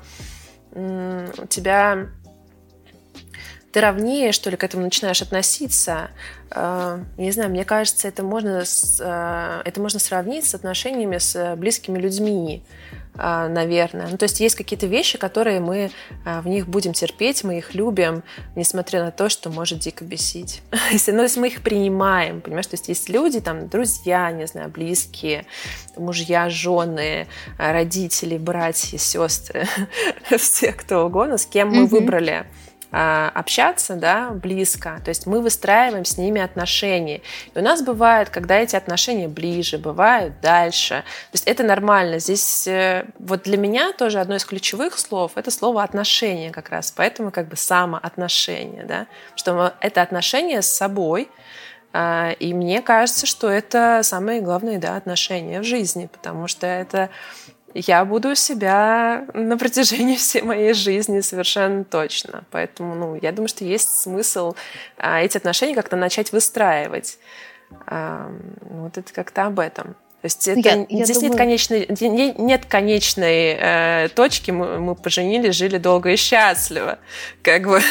у тебя... ты ровнее, что ли, к этому начинаешь относиться. Не знаю, мне кажется, это можно, это можно сравнить с отношениями с близкими людьми, наверное. Ну, то есть есть какие-то вещи, которые мы в них будем терпеть, мы их любим, несмотря на то, что может дико бесить. Ну, то есть мы их принимаем, понимаешь? То есть есть люди, там, друзья, не знаю, близкие, мужья, жены, родители, братья, сестры, все кто угодно, с кем мы выбрали общаться, да, близко, то есть мы выстраиваем с ними отношения. И у нас бывает, когда эти отношения ближе, бывают дальше. То есть это нормально. Здесь вот для меня тоже одно из ключевых слов — это слово «отношения» как раз, поэтому как бы самоотношения, да, что это отношения с собой. И мне кажется, что это самые главные, да, отношения в жизни, потому что это я буду себя на протяжении всей моей жизни совершенно точно. Поэтому, ну, я думаю, что есть смысл а, эти отношения как-то начать выстраивать. А, вот это как-то об этом. То есть это, я, я здесь думаю... нет конечной, нет конечной э, точки. Мы, мы поженились, жили долго и счастливо. Как бы.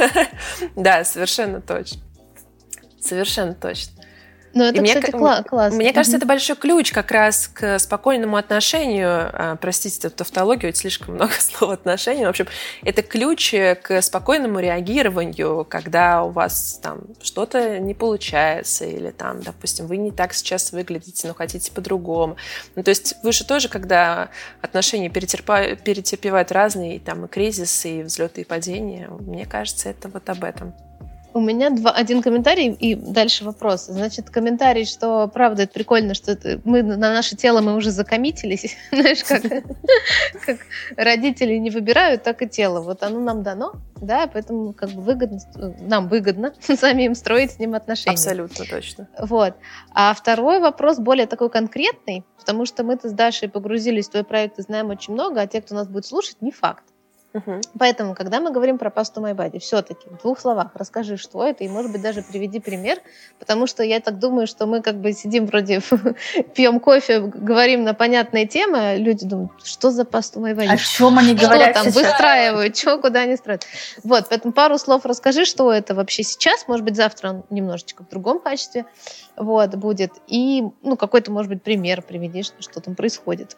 Да, совершенно точно. Совершенно точно. Ну, это, и кстати, мне, классно. Мне кажется, это большой ключ как раз к спокойному отношению. Простите, эту тавтологию, ведь слишком много слов отношений. В общем, это ключ к спокойному реагированию, когда у вас там что-то не получается, или там, допустим, вы не так сейчас выглядите, но хотите по-другому. Ну, то есть вы же тоже, когда отношения перетерпа... перетерпевают разные там, и кризисы, и взлеты, и падения, мне кажется, это вот об этом. У меня два, один комментарий и дальше вопрос. Значит, комментарий, что правда это прикольно, что это, мы на наше тело мы уже закоммитились. Знаешь, как, как родители не выбирают, так и тело. Вот оно нам дано, да, поэтому как бы выгодно, нам выгодно самим строить с ним отношения. Абсолютно точно. Вот. А второй вопрос более такой конкретный, потому что мы-то с Дашей погрузились в твой проект и знаем очень много, а те, кто нас будет слушать, не факт. Uh-huh. Поэтому, когда мы говорим про пасту My Body, все-таки в двух словах расскажи, что это, и, может быть, даже приведи пример, потому что я так думаю, что мы как бы сидим вроде, пьем кофе, говорим на понятные темы, люди думают, что за пасту My Body? О чем они говорят? Что там сейчас? Выстраивают, что, куда они строят? Вот, поэтому пару слов расскажи, что это вообще сейчас, может быть, завтра он немножечко в другом качестве вот, будет, и, ну, какой-то, может быть, пример приведи, что там происходит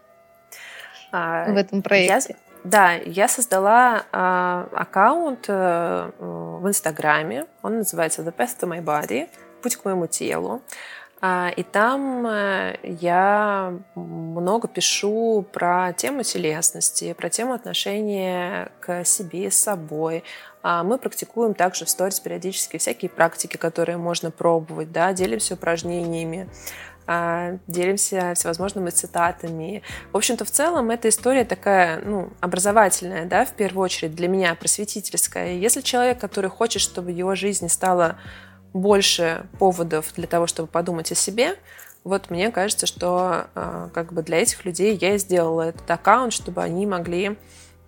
а, в этом проекте. Я... Да, я создала э, аккаунт э, в Инстаграме. Он называется The Path to My Body. Путь к моему телу. И там я много пишу про тему телесности, про тему отношения к себе, с собой. Мы практикуем также в сторис периодически всякие практики, которые можно пробовать, да, делимся упражнениями, делимся всевозможными цитатами. В общем-то, в целом, эта история такая, ну, образовательная, да, в первую очередь для меня, просветительская. Если человек, который хочет, чтобы в его жизни стало больше поводов для того, чтобы подумать о себе, вот мне кажется, что как бы для этих людей я и сделала этот аккаунт, чтобы они могли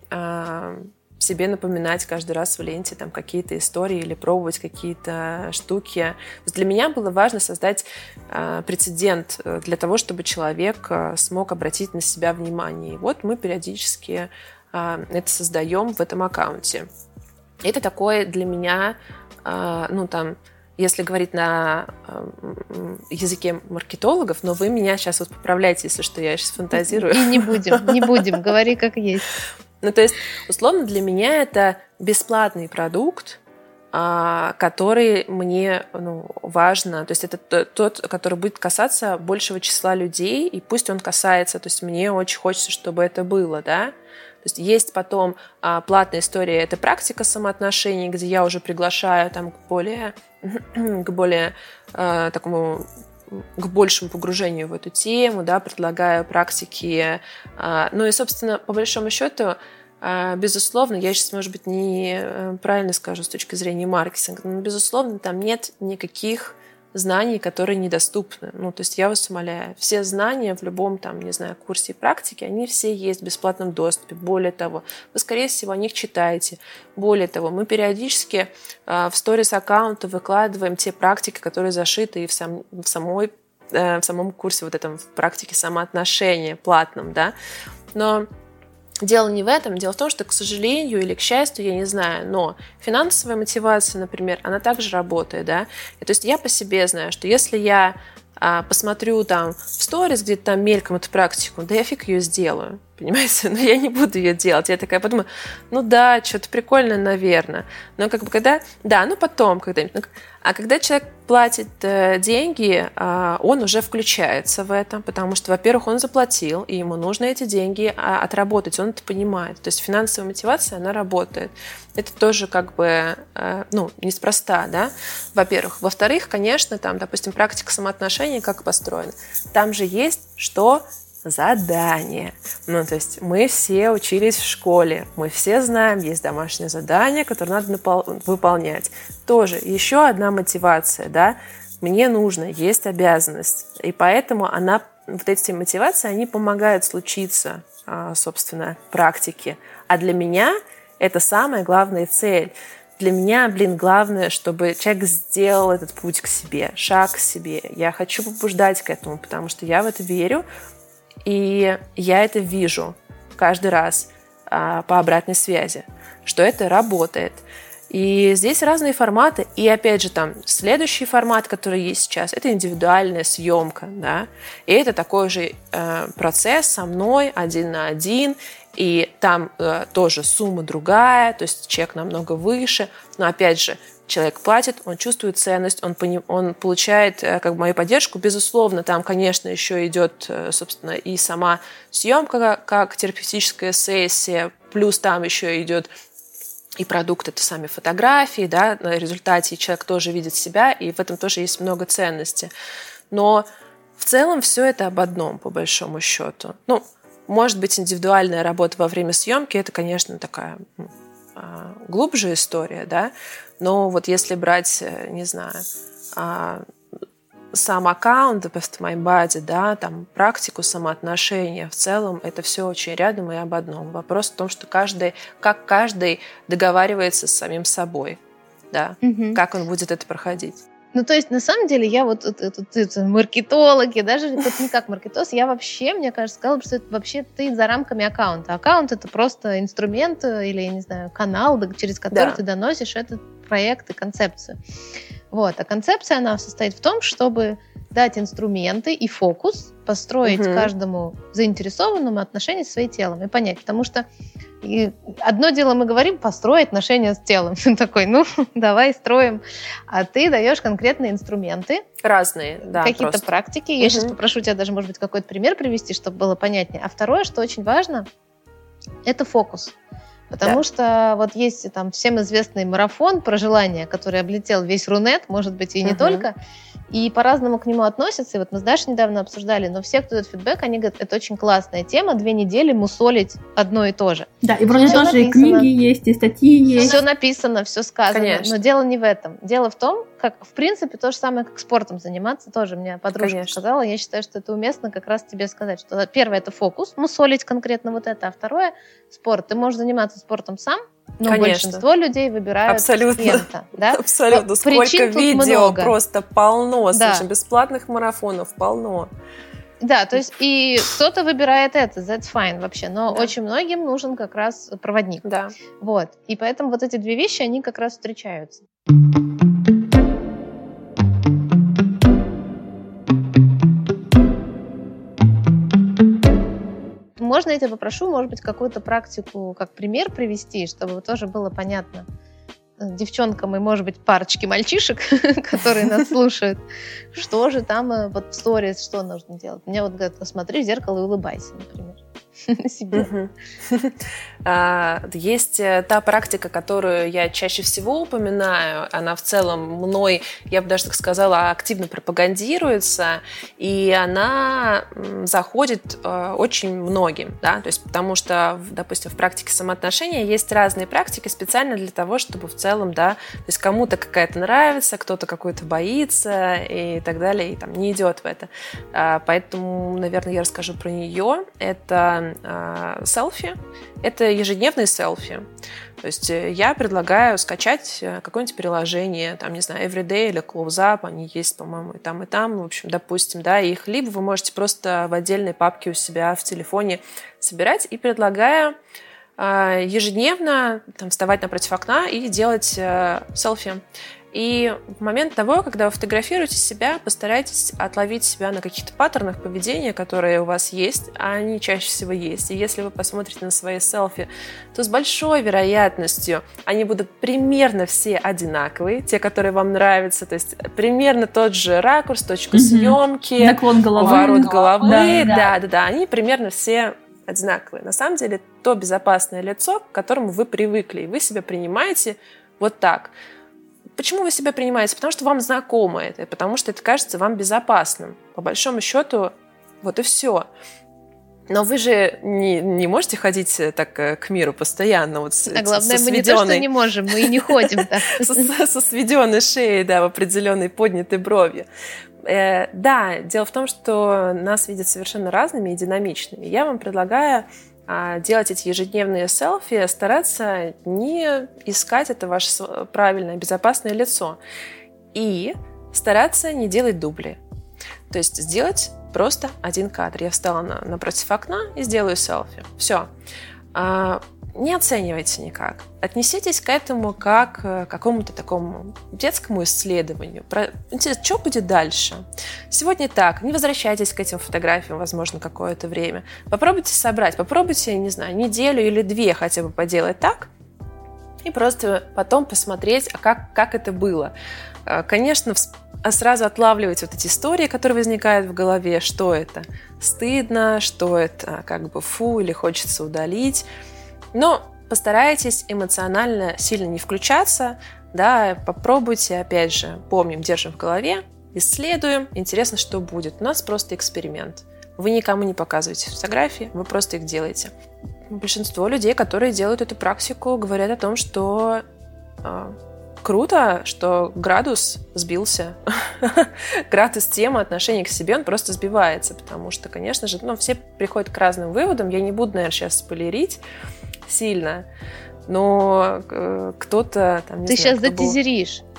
себе напоминать каждый раз в ленте там какие-то истории или пробовать какие-то штуки. Для меня было важно создать э, прецедент для того, чтобы человек смог обратить на себя внимание. И вот мы периодически э, это создаем в этом аккаунте. Это такое для меня, э, ну там, если говорить на э, языке маркетологов, но вы меня сейчас вот поправляйте, если что, я сейчас фантазирую. И не будем, не будем, говори как есть. Ну, то есть, условно, для меня это бесплатный продукт, который мне, ну, важно. То есть это тот, который будет касаться большего числа людей, и пусть он касается, то есть мне очень хочется, чтобы это было, да. То есть есть потом а, платная история, это практика самоотношений, где я уже приглашаю там, к более, к более а, такому к большему погружению в эту тему, да, предлагаю практики. А, ну и, собственно, по большому счету, а, безусловно, я сейчас, может быть, не правильно скажу с точки зрения маркетинга, но, безусловно, там нет никаких знаний, которые недоступны. Ну, то есть я вас умоляю, все знания в любом, там, не знаю, курсе и практике, они все есть в бесплатном доступе. Более того, вы, скорее всего, о них читаете. Более того, мы периодически э, в сторис-аккаунты выкладываем те практики, которые зашиты и в, сам, в, самой, э, в самом курсе вот этом, в практике самоотношения платном, да. Но дело не в этом. Дело в том, что, к сожалению или к счастью, я не знаю, но финансовая мотивация, например, она также работает, да. И, то есть я по себе знаю, что если я а, посмотрю там в сторис где-то там мельком эту практику, да я фиг ее сделаю, понимаете? Но я не буду ее делать. Я такая подумаю, ну да, что-то прикольное, наверное. Но как бы когда... Да, ну потом когда-нибудь. А когда человек платит э, деньги, э, он уже включается в это, потому что, во-первых, он заплатил, и ему нужно эти деньги э, отработать, он это понимает. То есть финансовая мотивация, она работает. Это тоже как бы, э, ну, неспроста, да, во-первых. Во-вторых, конечно, там, допустим, практика самоотношений как построена. Там же есть что... задание. Ну, то есть мы все учились в школе, мы все знаем, есть домашнее задание, которое надо напол- выполнять. Тоже еще одна мотивация, да, мне нужно, есть обязанность. И поэтому она, вот эти мотивации, они помогают случиться, собственно, практике. А для меня это самая главная цель. Для меня, блин, главное, чтобы человек сделал этот путь к себе, шаг к себе. Я хочу побуждать к этому, потому что я в это верю, и я это вижу каждый раз а, по обратной связи, что это работает. И здесь разные форматы. И опять же, там следующий формат, который есть сейчас, это индивидуальная съемка. Да? И это такой же э, процесс со мной один на один. И там э, тоже сумма другая, то есть чек намного выше. Но опять же, человек платит, он чувствует ценность, он, пони- он получает э, как бы мою поддержку. Безусловно, там, конечно, еще идет, э, собственно, и сама съемка как, как терапевтическая сессия, плюс там еще идет и продукт — это сами фотографии, да, на результате человек тоже видит себя, и в этом тоже есть много ценности. Но в целом все это об одном, по большому счету. Ну, может быть, индивидуальная работа во время съемки — это, конечно, такая глубже история, да, но вот если брать, не знаю, сам аккаунт, The Best My Body, да, там практику самоотношения, в целом это все очень рядом и об одном. Вопрос в том, что каждый, как каждый договаривается с самим собой, да, угу. Как он будет это проходить. Ну, то есть, на самом деле, я вот тут, тут, тут маркетологи, даже вот не как маркетолог, я вообще, мне кажется, сказала, что это вообще ты за рамками аккаунта. Аккаунт — это просто инструмент или, не знаю, канал, через который да. ты доносишь этот проект и концепцию. Вот. А концепция, она состоит в том, чтобы дать инструменты и фокус, построить угу. каждому заинтересованному отношение со своим телом и понять. Потому что И одно дело мы говорим, построй отношения с телом. Такой, ну, давай строим. А ты даешь конкретные инструменты. Разные, да. Какие-то просто. практики. Я угу. сейчас попрошу тебя даже, может быть, какой-то пример привести, чтобы было понятнее. А второе, что очень важно, это фокус. Потому да. что вот есть там всем известный марафон про желание, который облетел весь Рунет, может быть, и не угу. только, и по-разному к нему относятся. И вот мы с Дашей недавно обсуждали, но все, кто дает фидбэк, они говорят, это очень классная тема, две недели мусолить одно и то же. Да, и вроде все тоже написано. И книги есть, и статьи есть. Все написано, все сказано. Конечно. Но дело не в этом. Дело в том, как, в принципе, то же самое, как спортом заниматься, тоже мне подружка Конечно. сказала. Я считаю, что это уместно как раз тебе сказать, что первое — это фокус, мусолить конкретно вот это, а второе — спорт. Ты можешь заниматься спортом сам, но Конечно. большинство людей выбирают Абсолютно. с кем-то. Да? Абсолютно. Сколько видео просто полно, да. слушай, бесплатных марафонов полно. Да, то есть и кто-то выбирает это, that's fine вообще, но да. очень многим нужен как раз проводник. Да. Вот. И поэтому вот эти две вещи, они как раз встречаются. Можно я тебя попрошу, может быть, какую-то практику как пример привести, чтобы тоже было понятно девчонкам и, может быть, парочке мальчишек, которые нас слушают, что же там вот в сторис, что нужно делать. Мне вот говорят, смотри в зеркало и улыбайся, например. себе. Есть та практика, которую я чаще всего упоминаю, она в целом мной, я бы даже так сказала, активно пропагандируется, и она заходит очень многим, да, то есть потому что, допустим, в практике самоотношения есть разные практики специально для того, чтобы в целом, да, то есть кому-то какая-то нравится, кто-то какой-то боится и так далее, и там не идет в это. Поэтому, наверное, я расскажу про нее. Это селфи. Это ежедневные селфи. То есть я предлагаю скачать какое-нибудь приложение, там, не знаю, Everyday или Close Up, они есть, по-моему, и там, и там, в общем, допустим, да, их либо вы можете просто в отдельной папке у себя в телефоне собирать, и предлагаю ежедневно там, вставать напротив окна и делать селфи. И в момент того, когда вы фотографируете себя, постарайтесь отловить себя на каких-то паттернах поведения, которые у вас есть, а они чаще всего есть. И если вы посмотрите на свои селфи, то с большой вероятностью они будут примерно все одинаковые, те, которые вам нравятся, то есть примерно тот же ракурс, точка съемки, наклон головы, поворот головы, да, да. да, да, да, они примерно все одинаковые. На самом деле, то безопасное лицо, к которому вы привыкли, и вы себя принимаете вот так. Почему вы себя принимаете? Потому что вам знакомо это, потому что это кажется вам безопасным. По большому счету, вот и все. Но вы же не, не можете ходить так к миру постоянно. Вот с, а главное, со мы не то, что не можем, мы и не ходим. Со сведенной шеей, да, в определенной поднятой брови. Да, дело в том, что нас видят совершенно разными и динамичными. Я вам предлагаю делать эти ежедневные селфи, стараться не искать это ваше правильное, безопасное лицо. И стараться не делать дубли. То есть сделать просто один кадр. Я встала на, напротив окна и сделаю селфи. Все. Не оценивайте никак. Отнеситесь к этому как к какому-то такому детскому исследованию. Про... Интересно, что будет дальше? Сегодня так. Не возвращайтесь к этим фотографиям, возможно, какое-то время. Попробуйте собрать. Попробуйте, не знаю, неделю или две хотя бы поделать так. И просто потом посмотреть, а как, как это было. Конечно, сразу отлавливать вот эти истории, которые возникают в голове. Что это? Стыдно, что это как бы фу, или хочется удалить. Но постарайтесь эмоционально сильно не включаться, да, попробуйте, опять же, помним, держим в голове, исследуем, интересно, что будет. У нас просто эксперимент. Вы никому не показываете фотографии, вы просто их делаете. Большинство людей, которые делают эту практику, говорят о том, что э, круто, что градус сбился. Градус темы отношения к себе, он просто сбивается, потому что, конечно же, ну, все приходят к разным выводам. Я не буду, наверное, сейчас спойлерить сильно, но э, кто-то... Там, не Ты знаю, сейчас затизеришь.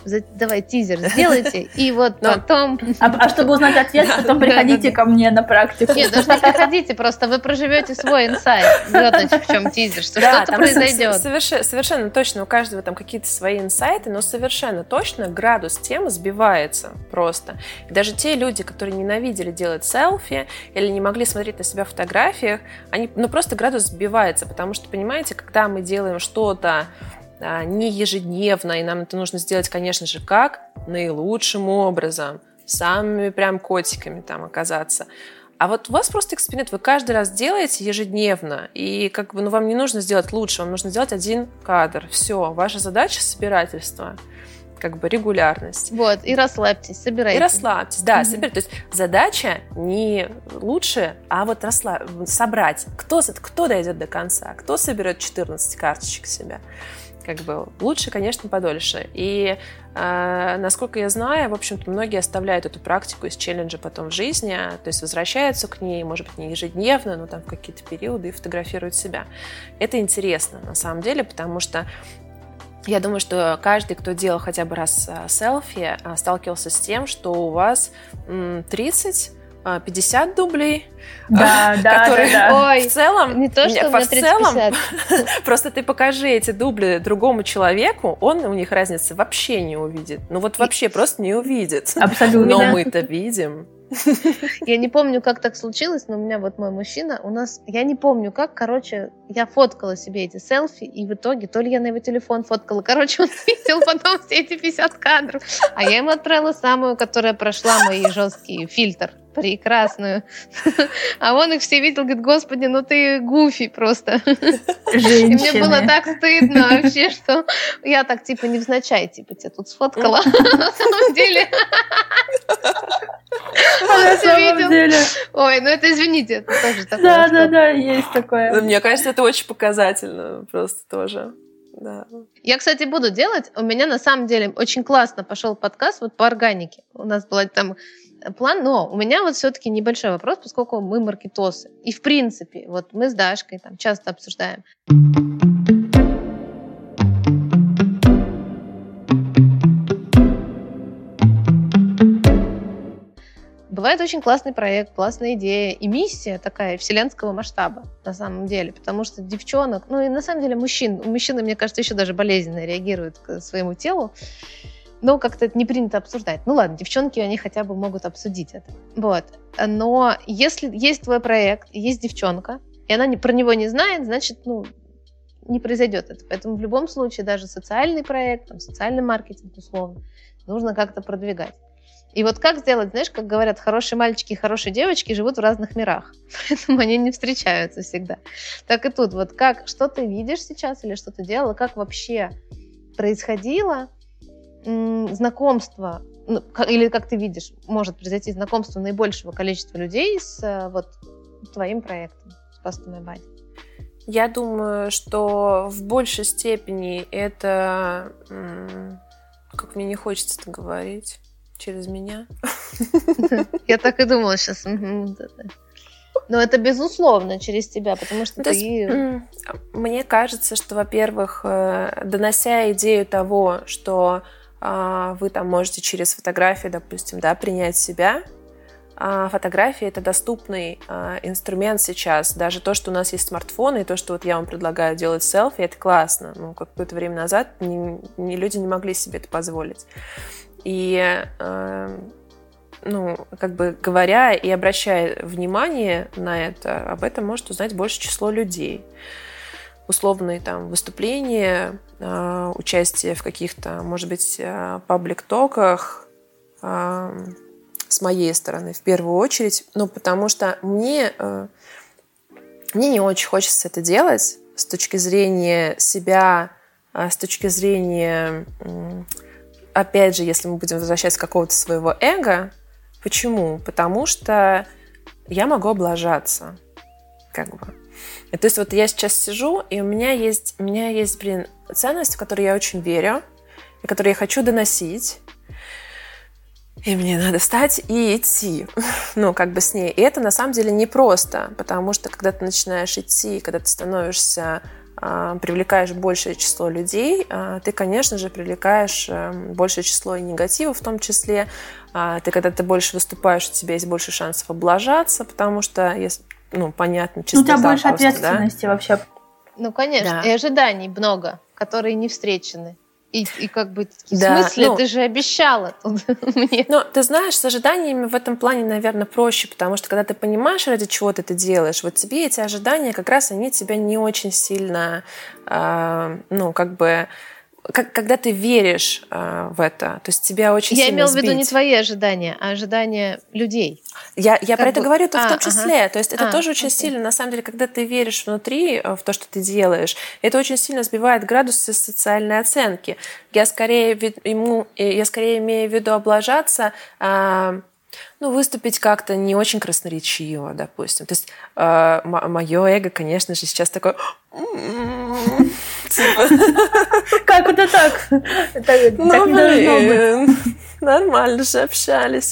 давай тизер сделайте, и вот потом... А чтобы узнать ответ, потом приходите ко мне на практику. Нет, даже не приходите, просто вы проживете свой инсайт. Вот в чем тизер, что что-то произойдет. Совершенно точно, у каждого там какие-то свои инсайты, но совершенно точно градус темы сбивается просто. И даже те люди, которые ненавидели делать селфи или не могли смотреть на себя в фотографиях, они, ну просто градус сбивается, потому что, понимаете, когда мы делаем что-то а, не ежедневно, и нам это нужно сделать, конечно же, как? Наилучшим образом, самыми прям котиками там оказаться. А вот у вас просто эксперимент, вы каждый раз делаете ежедневно, и как бы, ну, вам не нужно сделать лучше, вам нужно сделать один кадр. Все, ваша задача — собирательство, как бы регулярность. Вот, и расслабьтесь, собирайтесь. И расслабьтесь, да, mm-hmm. собирайтесь. То есть задача не лучше, а вот расслаб... собрать. Кто, кто дойдет до конца, кто соберет четырнадцать карточек себя. Как бы лучше, конечно, подольше. И э, насколько я знаю, в общем-то, многие оставляют эту практику из челленджа потом в жизни, то есть возвращаются к ней, может быть, не ежедневно, но там в какие-то периоды и фотографируют себя. Это интересно, на самом деле, потому что я думаю, что каждый, кто делал хотя бы раз селфи, сталкивался с тем, что у вас тридцать пятьдесят дублей, да, да, которые да, да. Ой, в целом, не то, что в целом, тридцать-пятьдесят. Просто ты покажи эти дубли другому человеку, он у них разницы вообще не увидит. Ну вот вообще просто не увидит. Абсолютно. Но мы-то видим. Я не помню, как так случилось, но у меня вот мой мужчина, у нас, я не помню как, короче, я фоткала себе эти селфи, и в итоге, то ли я на его телефон фоткала, короче, он видел потом все эти пятьдесят кадров, а я ему отправила самую, которая прошла мой жесткий фильтр, прекрасную, а он их все видел, говорит, господи, ну ты гуфи просто. Женщины. И мне было так стыдно вообще, что я так типа невзначай, типа тебя тут сфоткала, на самом деле... На самом деле. Ой, ну это извините, это тоже такое. Да, да, да, есть такое. Мне кажется, это очень показательно просто тоже. Да. Я, кстати, буду делать. У меня на самом деле очень классно пошел подкаст вот по органике. У нас был там план, но у меня вот все-таки небольшой вопрос, поскольку мы маркетосы. И в принципе, вот мы с Дашкой там часто обсуждаем. Бывает очень классный проект, классная идея и миссия такая вселенского масштаба на самом деле, потому что девчонок, ну и на самом деле мужчин, мужчины, мне кажется, еще даже болезненно реагируют к своему телу, но как-то это не принято обсуждать. Ну ладно, девчонки, они хотя бы могут обсудить это. Вот. Но если есть твой проект, есть девчонка, и она про него не знает, значит, ну, не произойдет это. Поэтому в любом случае даже социальный проект, там, социальный маркетинг условно, нужно как-то продвигать. И вот как сделать, знаешь, как говорят, хорошие мальчики и хорошие девочки живут в разных мирах, поэтому они не встречаются всегда. Так и тут, вот как, что ты видишь сейчас или что ты делала, как вообще происходило м- знакомство, ну, как, или как ты видишь, может произойти знакомство наибольшего количества людей с вот твоим проектом, с Custom My Body? Я думаю, что в большей степени это, как мне не хочется это говорить, через меня. Я так и думала сейчас. Но это безусловно через тебя, потому что То ты... Есть, мне кажется, что, во-первых, донося идею того, что вы там можете через фотографии, допустим, да, принять себя, фотографии — это доступный инструмент сейчас. Даже то, что у нас есть смартфоны, и то, что вот я вам предлагаю делать селфи, это классно. Ну, какое-то время назад не, не, люди не могли себе это позволить. И, э, ну, как бы говоря и обращая внимание на это, об этом может узнать большее число людей. Условные там выступления, э, участие в каких-то, может быть, паблик-токах э, с моей стороны в первую очередь. Ну, потому что мне, э, мне не очень хочется это делать с точки зрения себя, э, с точки зрения... Э, Опять же, если мы будем возвращаться к какого-то своего эго, почему? Потому что я могу облажаться, как бы. И то есть вот я сейчас сижу, и у меня есть, у меня есть, блин, ценность, в которую я очень верю, и которую я хочу доносить, и мне надо встать и идти, ну, как бы с ней. И это на самом деле непросто, потому что когда ты начинаешь идти, когда ты становишься привлекаешь большее число людей, ты, конечно же, привлекаешь большее число и негатива в том числе. Ты, когда ты больше выступаешь, у тебя есть больше шансов облажаться, потому что, ну, понятно, частота. У тебя больше просто, ответственности, да? Вообще. Ну, конечно, да. И ожиданий много, которые не встречены. И, и как бы, в да, смысле, ну, ты же обещала тут мне. Ну, ты знаешь, с ожиданиями в этом плане, наверное, проще, потому что когда ты понимаешь, ради чего ты это делаешь, вот тебе эти ожидания, как раз они тебя не очень сильно, э, ну, как бы, как, когда ты веришь э, в это, то есть тебя очень я сильно имела в сбить. виду не твои ожидания, а ожидания людей. Я, я про это бы... говорю -то а, в том числе. Ага. То есть это а, тоже очень окей. сильно, на самом деле, когда ты веришь внутри в то, что ты делаешь, это очень сильно сбивает градусы социальной оценки. Я скорее, ему, я скорее имею в виду облажаться, а, ну, выступить как-то не очень красноречиво, допустим. То есть э, мое эго, конечно же, сейчас такое... Как это так? Так не должно быть. Нормально же общались.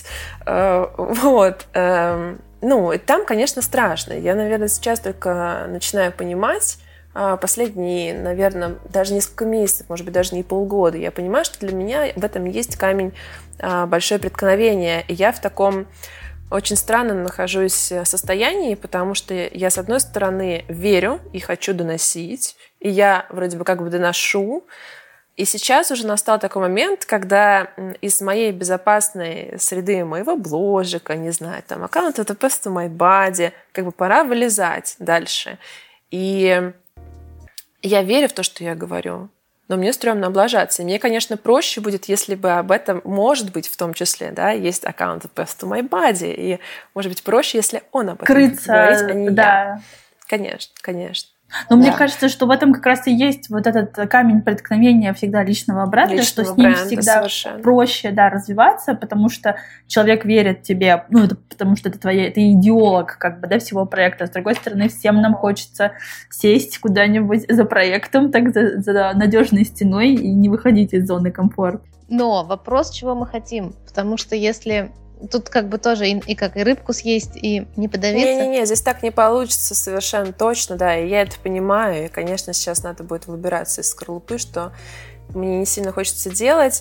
Вот. Ну, там, конечно, страшно. Я, наверное, сейчас только начинаю понимать, последние, наверное, даже несколько месяцев, может быть, даже не полгода, я понимаю, что для меня в этом есть камень большое преткновение. И я в таком очень странном нахожусь состоянии, потому что я, с одной стороны, верю и хочу доносить, и я вроде бы как бы доношу. И сейчас уже настал такой момент, когда из моей безопасной среды моего бложика, не знаю, там, аккаунта The Best of My Body, как бы пора вылезать дальше. И я верю в то, что я говорю, но мне стрёмно облажаться. И мне, конечно, проще будет, если бы об этом, может быть, в том числе, да, есть аккаунт The Best of My Body, и, может быть, проще, если он об этом Крыться, будет говорить, а не да. я. Конечно, конечно. Но да. мне кажется, что в этом как раз и есть вот этот камень преткновения всегда личного бренда, личного что с ним бренда, всегда совершенно. проще, да, развиваться, потому что человек верит тебе, ну, это потому что это твоя, ты идеолог, как бы, да, всего проекта. С другой стороны, всем нам хочется сесть куда-нибудь за проектом, так за, за надежной стеной и не выходить из зоны комфорта. Но вопрос, чего мы хотим, потому что если... Тут как бы тоже и, и как и рыбку съесть, и не подавиться. Не-не-не, здесь так не получится совершенно точно, да, и я это понимаю, и, конечно, сейчас надо будет выбираться из скорлупы, что мне не сильно хочется делать,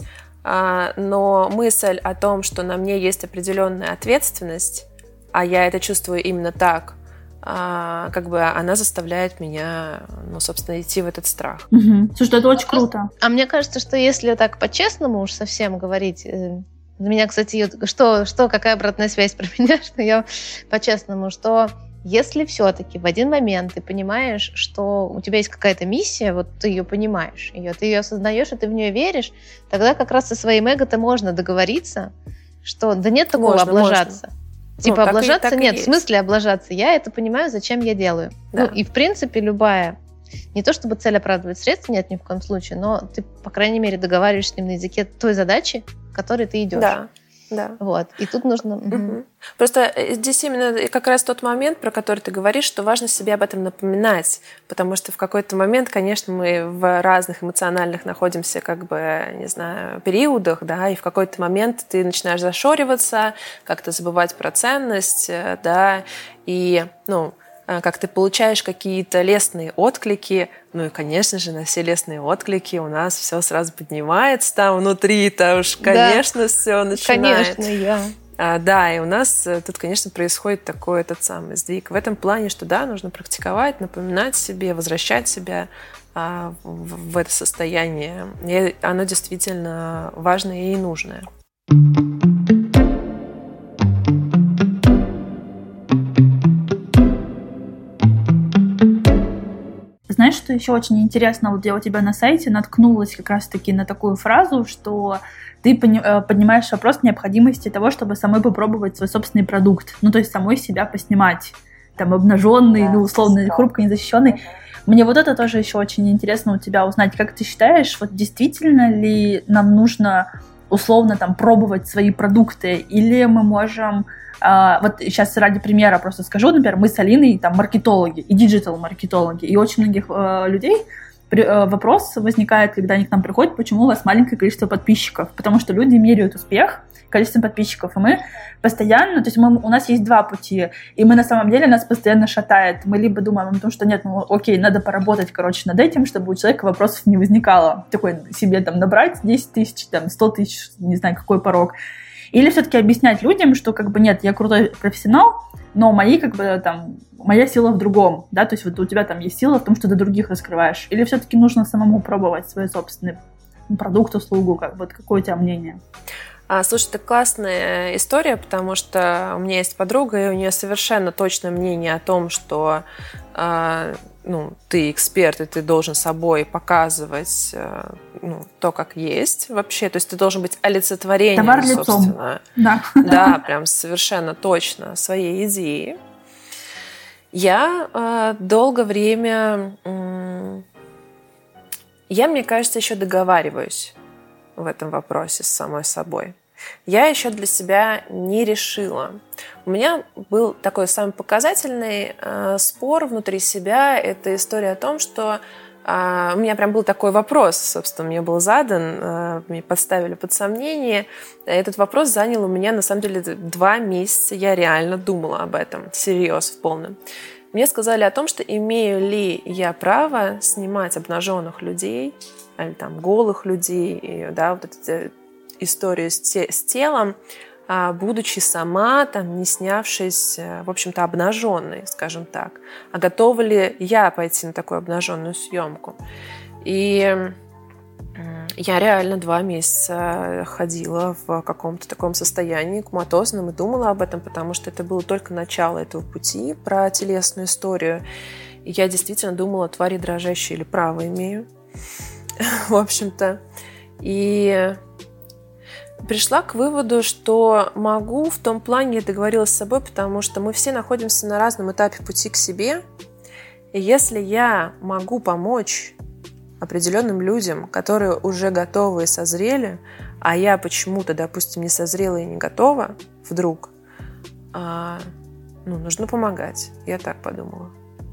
но мысль о том, что на мне есть определенная ответственность, а я это чувствую именно так, как бы она заставляет меня, ну, собственно, идти в этот страх. Угу. Слушай, это очень круто. А мне кажется, что если так по-честному уж совсем говорить... Для меня, кстати, что, что, какая обратная связь про меня, что я по-честному, что если все-таки в один момент ты понимаешь, что у тебя есть какая-то миссия, вот ты ее понимаешь, ее, ты ее осознаешь, и ты в нее веришь, тогда как раз со своим эго-то можно договориться, что да нет такого можно, облажаться. Можно. Типа ну, облажаться и, нет, в смысле облажаться. Я это понимаю, зачем я делаю. Да. Ну и в принципе любая, не то чтобы цель оправдывает средства, нет ни в коем случае, но ты, по крайней мере, договариваешься с ним на языке той задачи, к которой ты идешь. Да, да. Вот. И тут нужно... Угу. Угу. Просто здесь именно как раз тот момент, про который ты говоришь, что важно себе об этом напоминать, потому что в какой-то момент, конечно, мы в разных эмоциональных находимся, как бы, не знаю, периодах, да, и в какой-то момент ты начинаешь зашориваться, как-то забывать про ценность, да, и, ну, как ты получаешь какие-то лестные отклики, ну и, конечно же, на все лестные отклики у нас все сразу поднимается там внутри, там уж, конечно, да. все начинает. Конечно, я. А, да, и у нас тут, конечно, происходит такой этот самый сдвиг. В этом плане, что да, нужно практиковать, напоминать себе, возвращать себя а, в, в это состояние. И оно действительно важное и нужное. Знаешь, что еще очень интересно? Вот я у тебя на сайте наткнулась как раз-таки на такую фразу, что ты поднимаешь вопрос необходимости того, чтобы самой попробовать свой собственный продукт. Ну, то есть самой себя поснимать. Там обнаженный, да, ну, условно, хрупко незащищенный. Мне вот это тоже еще очень интересно у тебя узнать. Как ты считаешь, вот действительно ли нам нужно условно там пробовать свои продукты, или мы можем... Uh, вот сейчас ради примера просто скажу, например, мы с Алиной там маркетологи и диджитал-маркетологи, и очень многих uh, людей вопрос возникает, когда они к нам приходят, почему у вас маленькое количество подписчиков. Потому что люди меряют успех количеством подписчиков. И мы постоянно, то есть мы, у нас есть два пути, и мы на самом деле нас постоянно шатает. Мы либо думаем о том, что нет, ну окей, надо поработать, короче, над этим, чтобы у человека вопросов не возникало. Такой себе там набрать десять тысяч, там, сто тысяч, не знаю, какой порог. Или все-таки объяснять людям, что как бы нет, я крутой профессионал, но мои как бы там, моя сила в другом, да, то есть вот у тебя там есть сила в том, что ты других раскрываешь. Или все-таки нужно самому пробовать свой собственный продукт, услугу, как, вот какое у тебя мнение? А, слушай, это классная история, потому что у меня есть подруга, и у нее совершенно точное мнение о том, что э, ну, ты эксперт, и ты должен собой показывать э, ну, то, как есть вообще. То есть ты должен быть олицетворением, товар лицом. Собственно. Да. Да, прям совершенно точно своей идеи. Я э, долгое время, э, я, мне кажется, еще договариваюсь в этом вопросе с самой собой. Я еще для себя не решила. У меня был такой самый показательный э, спор внутри себя. Это история о том, что э, у меня прям был такой вопрос, собственно, мне был задан, э, мне поставили под сомнение. Этот вопрос занял у меня, на самом деле, два месяца. Я реально думала об этом, всерьез, в полном. Мне сказали о том, что имею ли я право снимать обнаженных людей, или там голых людей, и, да, вот эту историю с, те, с телом, а, будучи сама, там, не снявшись, в общем-то, обнаженной, скажем так. А готова ли я пойти на такую обнаженную съемку? И я реально два месяца ходила в каком-то таком состоянии коматозном и думала об этом, потому что это было только начало этого пути про телесную историю. И я действительно думала, твари дрожащие или право имею. В общем-то. И пришла к выводу, что могу в том плане, я договорилась с собой, потому что мы все находимся на разном этапе пути к себе. И если я могу помочь определенным людям, которые уже готовы и созрели, а я почему-то, допустим, не созрела и не готова вдруг, а, ну, нужно помогать. Я так подумала.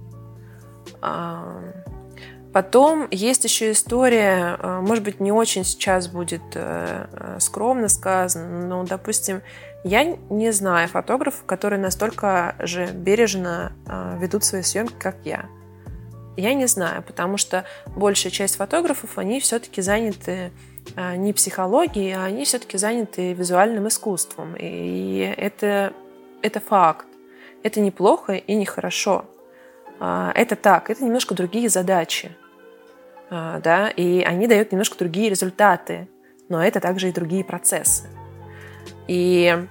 А, Потом есть еще история, может быть, не очень сейчас будет скромно сказано, но, допустим, я не знаю фотографов, которые настолько же бережно ведут свои съемки, как я. Я не знаю, потому что большая часть фотографов, они все-таки заняты не психологией, а они все-таки заняты визуальным искусством. И это, это факт. Это неплохо и нехорошо. Это так, это немножко другие задачи. Да, и они дают немножко другие результаты, но это также и другие процессы. И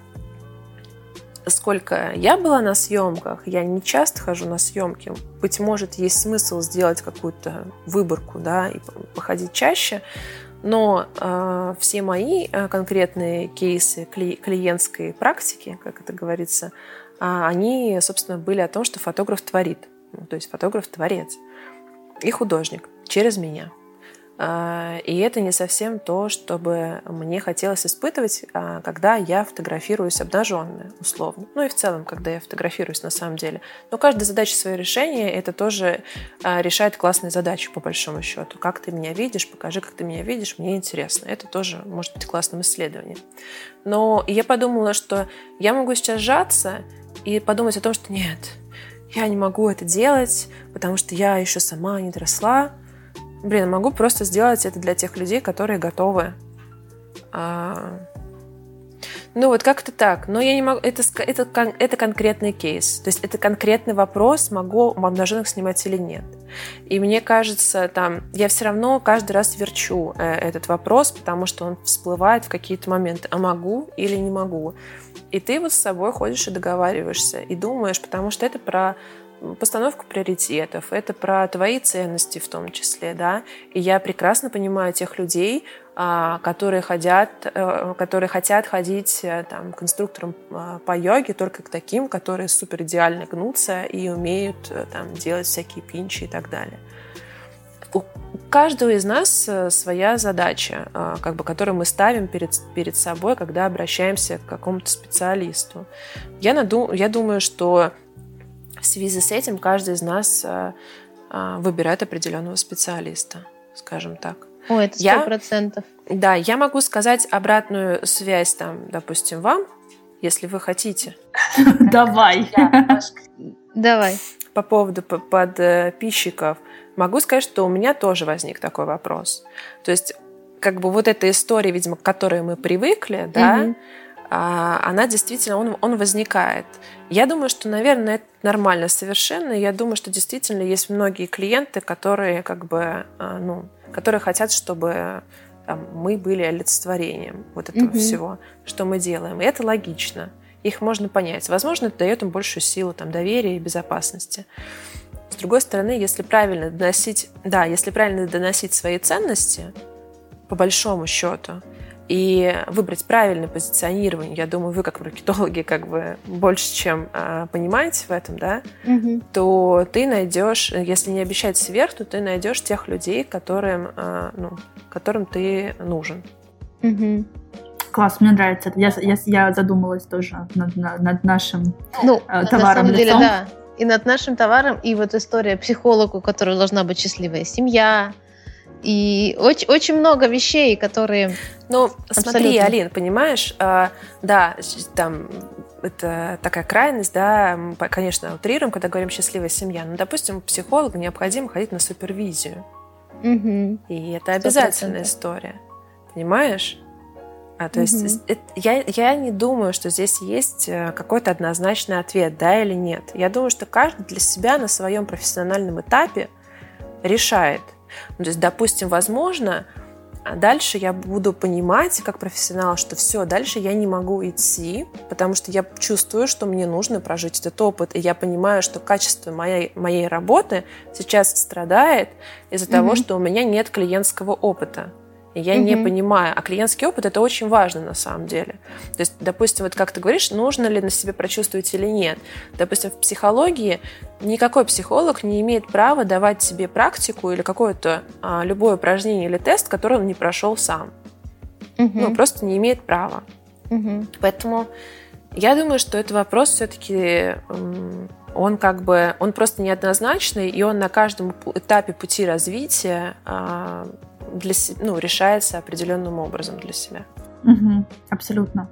сколько я была на съемках, я не часто хожу на съемки. Быть может, есть смысл сделать какую-то выборку, да, и походить чаще, но э, все мои конкретные кейсы кли- клиентской практики, как это говорится, э, они, собственно, были о том, что фотограф творит, ну, то есть фотограф-творец и художник через меня. И это не совсем то, чтобы мне хотелось испытывать, когда я фотографируюсь обнаженная, условно. Ну и в целом, когда я фотографируюсь на самом деле. Но каждая задача свое решение, это тоже решает классные задачи, по большому счету. Как ты меня видишь, покажи, как ты меня видишь, мне интересно. Это тоже может быть классным исследованием. Но я подумала, что я могу сейчас сжаться и подумать о том, что нет, я не могу это делать, потому что я еще сама не доросла. Блин, могу просто сделать это для тех людей, которые готовы. А... Ну вот как-то так. Но я не могу. Это, это, это конкретный кейс. То есть это конкретный вопрос, могу обнаженных снимать или нет. И мне кажется, там, я все равно каждый раз верчу э, этот вопрос, потому что он всплывает в какие-то моменты. А могу или не могу? И ты вот с собой ходишь и договариваешься, и думаешь, потому что это про постановку приоритетов, это про твои ценности в том числе, да. И я прекрасно понимаю тех людей, которые хотят, которые хотят ходить там, к инструкторам по йоге только к таким, которые супер идеально гнутся и умеют там, делать всякие пинчи и так далее. У каждого из нас своя задача, как бы, которую мы ставим перед, перед собой, когда обращаемся к какому-то специалисту. Я, наду, я думаю, что в связи с этим каждый из нас выбирают определенного специалиста, скажем так. О, это сто процентов. Я, да, я могу сказать обратную связь, там, допустим, вам, если вы хотите. Давай. Давай. По поводу подписчиков. Могу сказать, что у меня тоже возник такой вопрос. То есть, как бы вот эта история, видимо, к которой мы привыкли, да, mm-hmm. она действительно, он, он возникает. Я думаю, что, наверное, это нормально совершенно. Я думаю, что действительно есть многие клиенты, которые как бы, ну, которые хотят, чтобы там, мы были олицетворением вот этого mm-hmm. всего, что мы делаем. И это логично. Их можно понять. Возможно, это дает им большую силу, там, доверия и безопасности. С другой стороны, если правильно доносить, да, если правильно доносить свои ценности, по большому счету, и выбрать правильное позиционирование, я думаю, вы как маркетологи как бы больше, чем а, понимаете в этом, да, угу. то ты найдешь, если не обещать сверх, то ты найдешь тех людей, которым, а, ну, которым ты нужен. Угу. Класс, мне нравится это. Я, я, я задумалась тоже над, над нашим ну, э, товаром. На самом деле, лицом. да. И над нашим товаром, и вот история психолога, у которой должна быть счастливая семья. И очень, очень много вещей, которые... Ну, абсолютно... смотри, Алин, понимаешь, э, да, там это такая крайность, да, мы, конечно, утрируем, когда говорим «счастливая семья». Но, допустим, психологу необходимо ходить на супервизию. Угу. И это обязательная история. Понимаешь? А, то есть угу. это, я, я не думаю, что здесь есть какой-то однозначный ответ, да или нет. Я думаю, что каждый для себя на своем профессиональном этапе решает. Ну, то есть, допустим, возможно, дальше я буду понимать как профессионал, что все, дальше я не могу идти, потому что я чувствую, что мне нужно прожить этот опыт, и я понимаю, что качество моей, моей работы сейчас страдает из-за mm-hmm. того, что у меня нет клиентского опыта. И я mm-hmm. не понимаю. А клиентский опыт – это очень важно на самом деле. То есть, допустим, вот как ты говоришь, нужно ли на себе прочувствовать или нет. Допустим, в психологии никакой психолог не имеет права давать себе практику или какое-то а, любое упражнение или тест, который он не прошел сам. Mm-hmm. Ну, просто не имеет права. Mm-hmm. Поэтому я думаю, что этот вопрос все-таки... Он как бы, он просто неоднозначный, и он на каждом этапе пути развития а, для, ну, решается определенным образом для себя. Угу, абсолютно.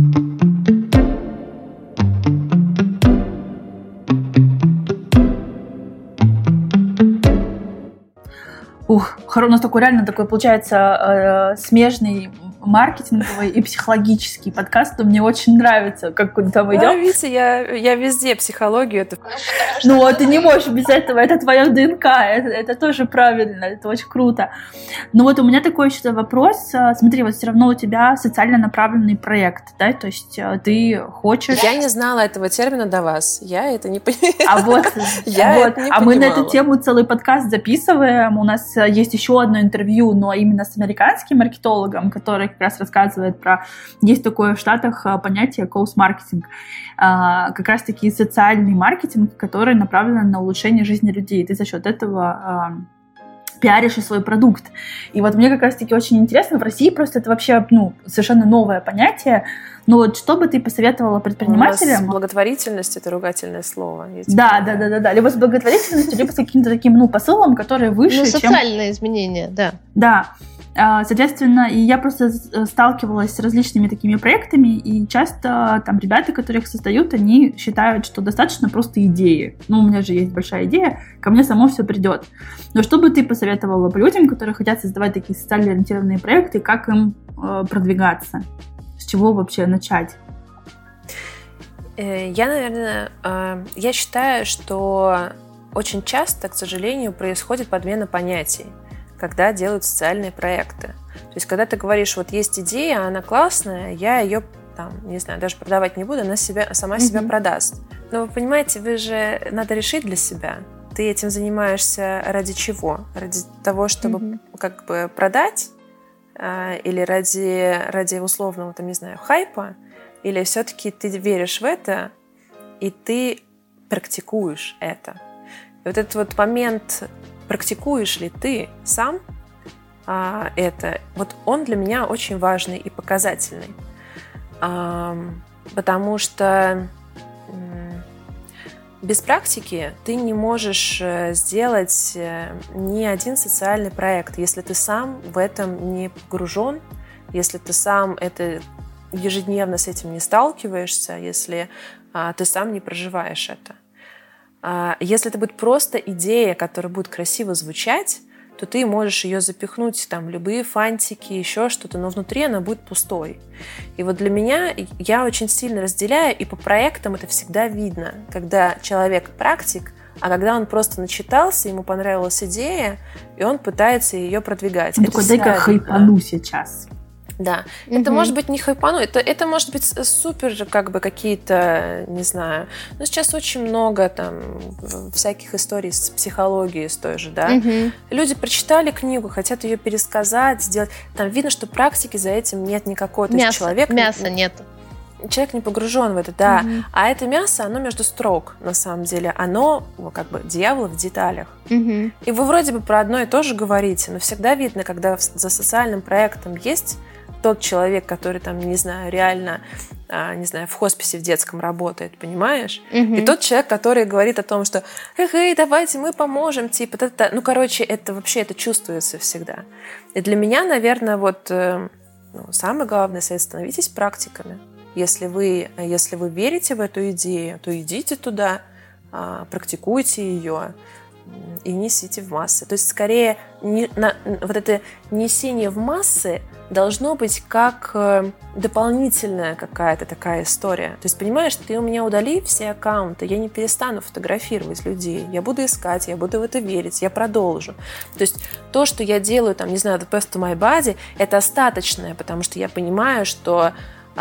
Ух, у нас такой реально такой получается э, смежный маркетинговый и психологический подкаст, но мне очень нравится, как куда там идем. Да, видите, я, я везде психологию. Это... Ну, ты не можешь без этого, это твоя ДНК, это, это тоже правильно, это очень круто. Но вот у меня такой еще вопрос, смотри, вот все равно у тебя социально направленный проект, да, то есть ты хочешь... Я не знала этого термина до вас, я это не понимаю. А вот, я вот. это не а понимала. Мы на эту тему целый подкаст записываем, у нас есть еще одно интервью, но именно с американским маркетологом, который как раз рассказывает про... Есть такое в Штатах понятие коуч-маркетинг. Как раз-таки социальный маркетинг, который направлен на улучшение жизни людей. Ты за счет этого пиаришь и свой продукт. И вот мне как раз-таки очень интересно, в России просто это вообще ну, совершенно новое понятие. Но вот что бы ты посоветовала предпринимателям? У нас благотворительность — это ругательное слово. Да, да, да, да, да. Либо с благотворительностью, либо с каким-то таким ну, посылом, который выше, ну, социальные чем... изменения, да. Да. Соответственно, и я просто сталкивалась с различными такими проектами, и часто там ребята, которые их создают, они считают, что достаточно просто идеи. Ну, у меня же есть большая идея, ко мне само все придет. Но что бы ты посоветовала людям, которые хотят создавать такие социально ориентированные проекты, как им э, продвигаться? С чего вообще начать? Я, наверное, я считаю, что очень часто, к сожалению, происходит подмена понятий, когда делают социальные проекты. То есть, когда ты говоришь, вот есть идея, она классная, я ее, там, не знаю, даже продавать не буду, она себя, сама mm-hmm. себя продаст. Но вы понимаете, вы же надо решить для себя. Ты этим занимаешься ради чего? Ради того, чтобы mm-hmm. как бы продать? Э, или ради, ради условного, там, не знаю, хайпа? Или все-таки ты веришь в это, и ты практикуешь это? И вот этот вот момент... Практикуешь ли ты сам а, это? Вот он для меня очень важный и показательный. А, потому что м, без практики ты не можешь сделать ни один социальный проект, если ты сам в этом не погружен, если ты сам это ежедневно с этим не сталкиваешься, если а, ты сам не проживаешь это. А, если это будет просто идея, которая будет красиво звучать, то ты можешь ее запихнуть там любые фантики, еще что-то, но внутри она будет пустой. И вот для меня, я очень сильно разделяю, и по проектам это всегда видно, когда человек практик, а когда он просто начитался, ему понравилась идея, и он пытается ее продвигать. Он такой, дай-ка хайпану сейчас. Да, угу. Это может быть не хайпану, это, это может быть супер, как бы какие-то, не знаю, ну сейчас очень много там всяких историй с психологией с той же, да. Угу. Люди прочитали книгу, хотят ее пересказать, сделать. Там видно, что практики за этим нет никакой. То мясо, есть человек, мяса нет. Человек не погружен в это, да. Угу. А это мясо, оно между строк, на самом деле. Оно, ну, как бы, дьявол в деталях. Угу. И вы вроде бы про одно и то же говорите, но всегда видно, когда за социальным проектом есть тот человек, который там, не знаю, реально, а, не знаю, в хосписе в детском работает, понимаешь? Угу. И тот человек, который говорит о том, что «Эй, давайте мы поможем», типа, это, ну, короче, это вообще, это чувствуется всегда. И для меня, наверное, вот ну, самое главное, становитесь практиками. Если вы, если вы верите в эту идею, то идите туда, а, практикуйте ее и несите в массы. То есть, скорее, не, на, вот это несение в массы должно быть как э, дополнительная какая-то такая история. То есть, понимаешь, ты у меня удали все аккаунты, я не перестану фотографировать людей, я буду искать, я буду в это верить, я продолжу. То есть, то, что я делаю, там, не знаю, the best of my body, это остаточное, потому что я понимаю, что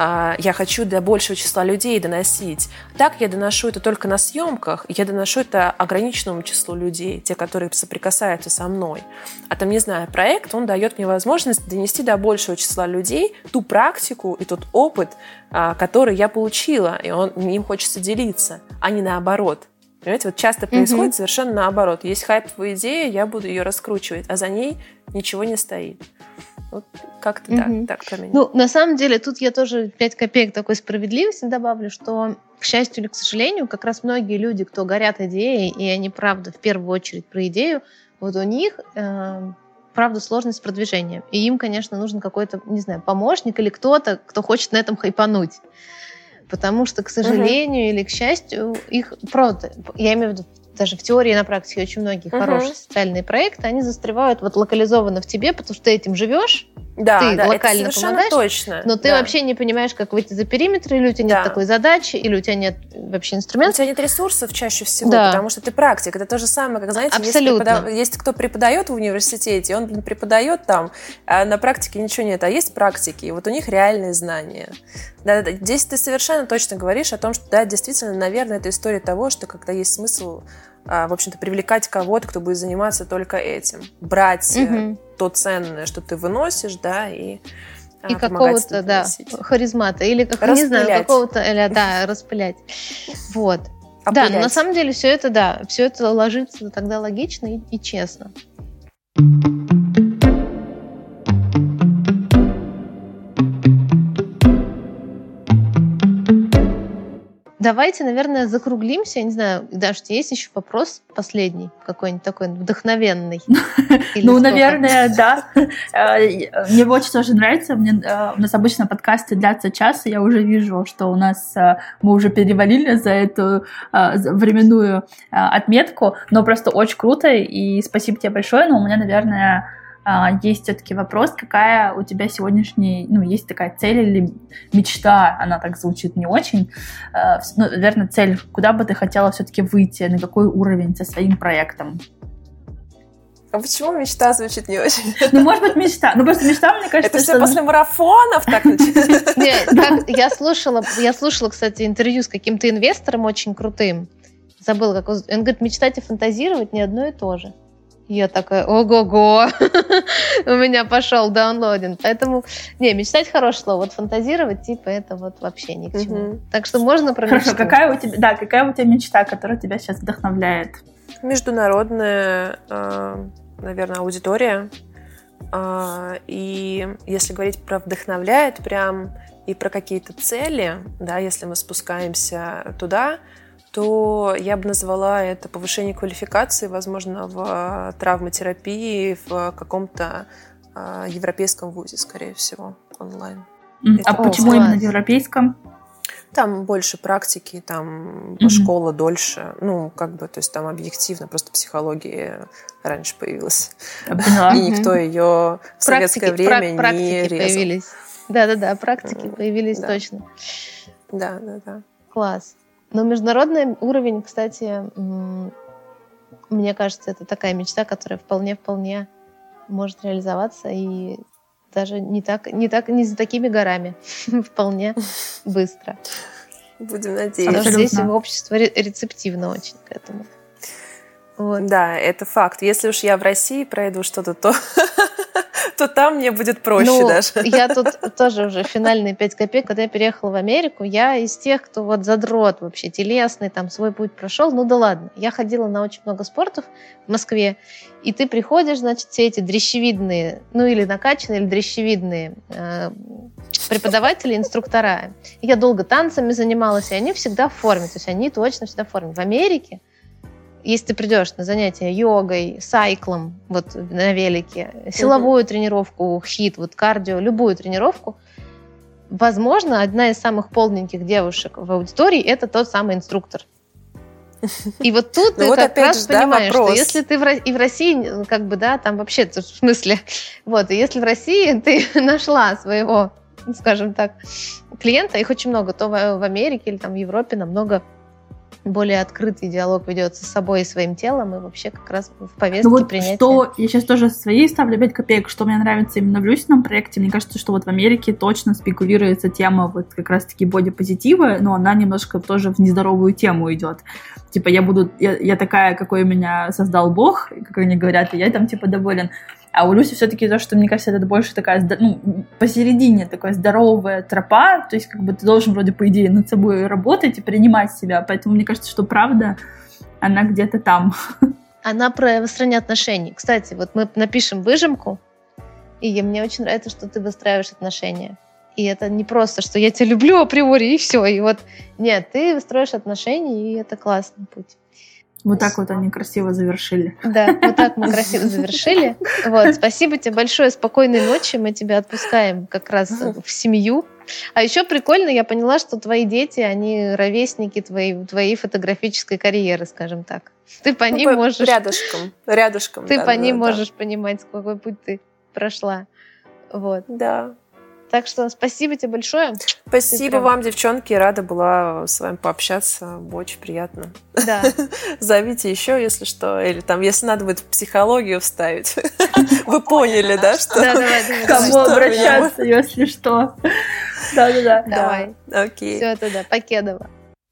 я хочу до большего числа людей доносить. Так я доношу это только на съемках, я доношу это ограниченному числу людей, те, которые соприкасаются со мной. А там, не знаю, проект, он дает мне возможность донести до большего числа людей ту практику и тот опыт, который я получила, и он, им хочется делиться, а не наоборот. Понимаете, вот часто происходит mm-hmm. совершенно наоборот. Есть хайповая идея, я буду ее раскручивать, а за ней ничего не стоит. Вот как-то mm-hmm. так, так про меня. Ну, на самом деле, тут я тоже пять копеек такой справедливости добавлю, что, к счастью или к сожалению, как раз многие люди, кто горят идеей, и они, правда, в первую очередь про идею, вот у них, э, правда, сложность с продвижением. И им, конечно, нужен какой-то, не знаю, помощник или кто-то, кто хочет на этом хайпануть. Потому что, к сожалению uh-huh. или к счастью, их, правда, я имею в виду, даже в теории и на практике очень многие uh-huh. хорошие социальные проекты, они застревают вот локализованно в тебе, потому что ты этим живешь, да, ты да, локально это помогаешь, точно, но ты да. вообще не понимаешь, как выйти за периметр, или у тебя нет да. такой задачи, или у тебя нет вообще инструментов. У тебя нет ресурсов чаще всего, да. потому что ты практик. Это то же самое, как, знаете, есть, преподав... есть кто преподает в университете, он, блин, преподает там, а на практике ничего нет, а есть практики, и вот у них реальные знания. Да, да, здесь ты совершенно точно говоришь о том, что, да, действительно, наверное, это история того, что когда есть смысл, в общем-то, привлекать кого-то, кто будет заниматься только этим, брать угу. то ценное, что ты выносишь, да, и, и какого-то, да, харизмата, или, как, не знаю, какого-то, или, да, распылять. Вот. Опылять. Да, но на самом деле все это, да, все это ложится тогда логично и, и честно. Давайте, наверное, закруглимся. Я не знаю, Даша, есть еще вопрос последний, какой-нибудь такой вдохновенный? Ну, наверное, да. Мне очень тоже нравится. У нас обычно подкасты длятся час, и я уже вижу, что у нас мы уже перевалили за эту временную отметку, но просто очень круто, и спасибо тебе большое. Но у меня, наверное, есть все-таки вопрос, какая у тебя сегодняшняя, ну, есть такая цель или мечта, она так звучит не очень, ну, наверное, цель, куда бы ты хотела все-таки выйти, на какой уровень со своим проектом? А почему мечта звучит не очень? Ну, может быть, мечта. Ну, просто мечта, мне кажется, это все после марафонов так начинается. Нет, я слушала, я слушала, кстати, интервью с каким-то инвестором очень крутым. Забыла, как он... Он говорит, мечтать и фантазировать не одно и то же. Я такая, ого-го, у меня пошел даунлодинг. Поэтому, не, мечтать хорошее слово, вот фантазировать, типа, это вот вообще ни к чему. Uh-huh. Так что можно про мечту. Хорошо, какая у тебя, да, какая у тебя мечта, которая тебя сейчас вдохновляет? Международная, наверное, аудитория. И если говорить про вдохновляет прям и про какие-то цели, да, если мы спускаемся туда, то я бы назвала это повышение квалификации, возможно, в травматерапии, в каком-то э, европейском вузе, скорее всего, онлайн. Mm. А почему именно в европейском? Там больше практики, там mm-hmm. школа дольше. Ну, как бы, то есть там объективно, просто психология раньше появилась. Поняла. И никто ее в советское время прак- не резал. Появились. Да-да-да, практики mm-hmm. появились да. точно. Да-да-да. Класс. Но международный уровень, кстати, мне кажется, это такая мечта, которая вполне-вполне может реализоваться и даже не так, не так, не за такими горами, вполне быстро. Будем надеяться. Потому что здесь общество рецептивно очень к этому. Вот. Да, это факт. Если уж я в России пройду что-то, то, то там мне будет проще ну, даже. Я тут тоже уже финальные пять копеек. Когда я переехала в Америку, я из тех, кто вот задрот вообще, телесный, там свой путь прошел. Ну да ладно. Я ходила на очень много спортов в Москве, и ты приходишь, значит, все эти дрищевидные, ну или накачанные, или дрищевидные э, преподаватели, инструктора. Я долго танцами занималась, и они всегда в форме. То есть они точно всегда в форме. В Америке если ты придешь на занятия йогой, сайклом, вот на велике, силовую mm-hmm. тренировку, хит, вот кардио, любую тренировку, возможно, одна из самых полненьких девушек в аудитории – это тот самый инструктор. И вот тут ты как раз понимаешь, что если ты и в России, как бы, да, там вообще, в смысле, вот, и если в России ты нашла своего, скажем так, клиента, их очень много, то в Америке или там в Европе намного более открытый диалог ведется с собой и своим телом, и вообще как раз в повестке ну вот принятия. Что, я сейчас тоже своей ставлю пять копеек, что мне нравится именно в Люсином проекте. Мне кажется, что вот в Америке точно спекулируется тема вот как раз-таки бодипозитива, но она немножко тоже в нездоровую тему идет. Типа я буду, я, я такая, какой меня создал Бог, как они говорят, и я там типа доволен. А у Люси все-таки то, что, мне кажется, это больше такая, ну, посередине такая здоровая тропа, то есть как бы ты должен вроде, по идее, над собой работать и принимать себя, поэтому мне кажется, что правда, она где-то там. Она про выстроение отношений. Кстати, вот мы напишем выжимку, и мне очень нравится, что ты выстраиваешь отношения. И это не просто, что я тебя люблю априори, и все, и вот, нет, ты выстроишь отношения, и это классный путь. Вот так вот они красиво завершили. Да, вот так мы красиво завершили. Вот, спасибо тебе большое, спокойной ночи. Мы тебя отпускаем как раз в семью. А еще прикольно, я поняла, что твои дети, они ровесники твоей, твоей фотографической карьеры, скажем так. Ты по ну, ним по, можешь... Рядышком, рядышком. Ты да, по да, ним да. можешь понимать, какой путь ты прошла. Вот. Да. Так что спасибо тебе большое. Спасибо прям... вам, девчонки. Рада была с вами пообщаться. Очень приятно. Да. Зовите еще, если что. Или там, если надо будет психологию вставить. Вы поняли, да? Что... Да, давай, давай. Кому обращаться, если что. Да-да-да. Давай. Окей. Все, тогда. Покедова.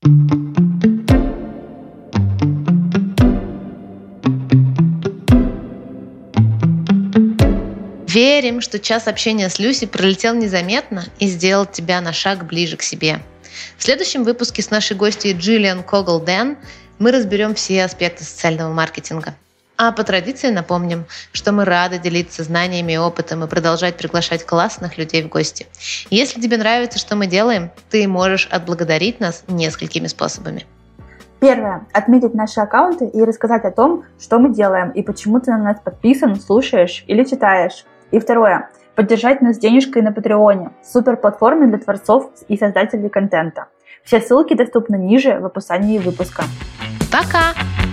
Верим, что час общения с Люси пролетел незаметно и сделал тебя на шаг ближе к себе. В следующем выпуске с нашей гостьей Джиллиан Когл-Дэн мы разберем все аспекты социального маркетинга. А по традиции напомним, что мы рады делиться знаниями и опытом и продолжать приглашать классных людей в гости. Если тебе нравится, что мы делаем, ты можешь отблагодарить нас несколькими способами. Первое. Отметить наши аккаунты и рассказать о том, что мы делаем и почему ты на нас подписан, слушаешь или читаешь. И второе. Поддержать нас денежкой на Патреоне, суперплатформе для творцов и создателей контента. Все ссылки доступны ниже в описании выпуска. Пока!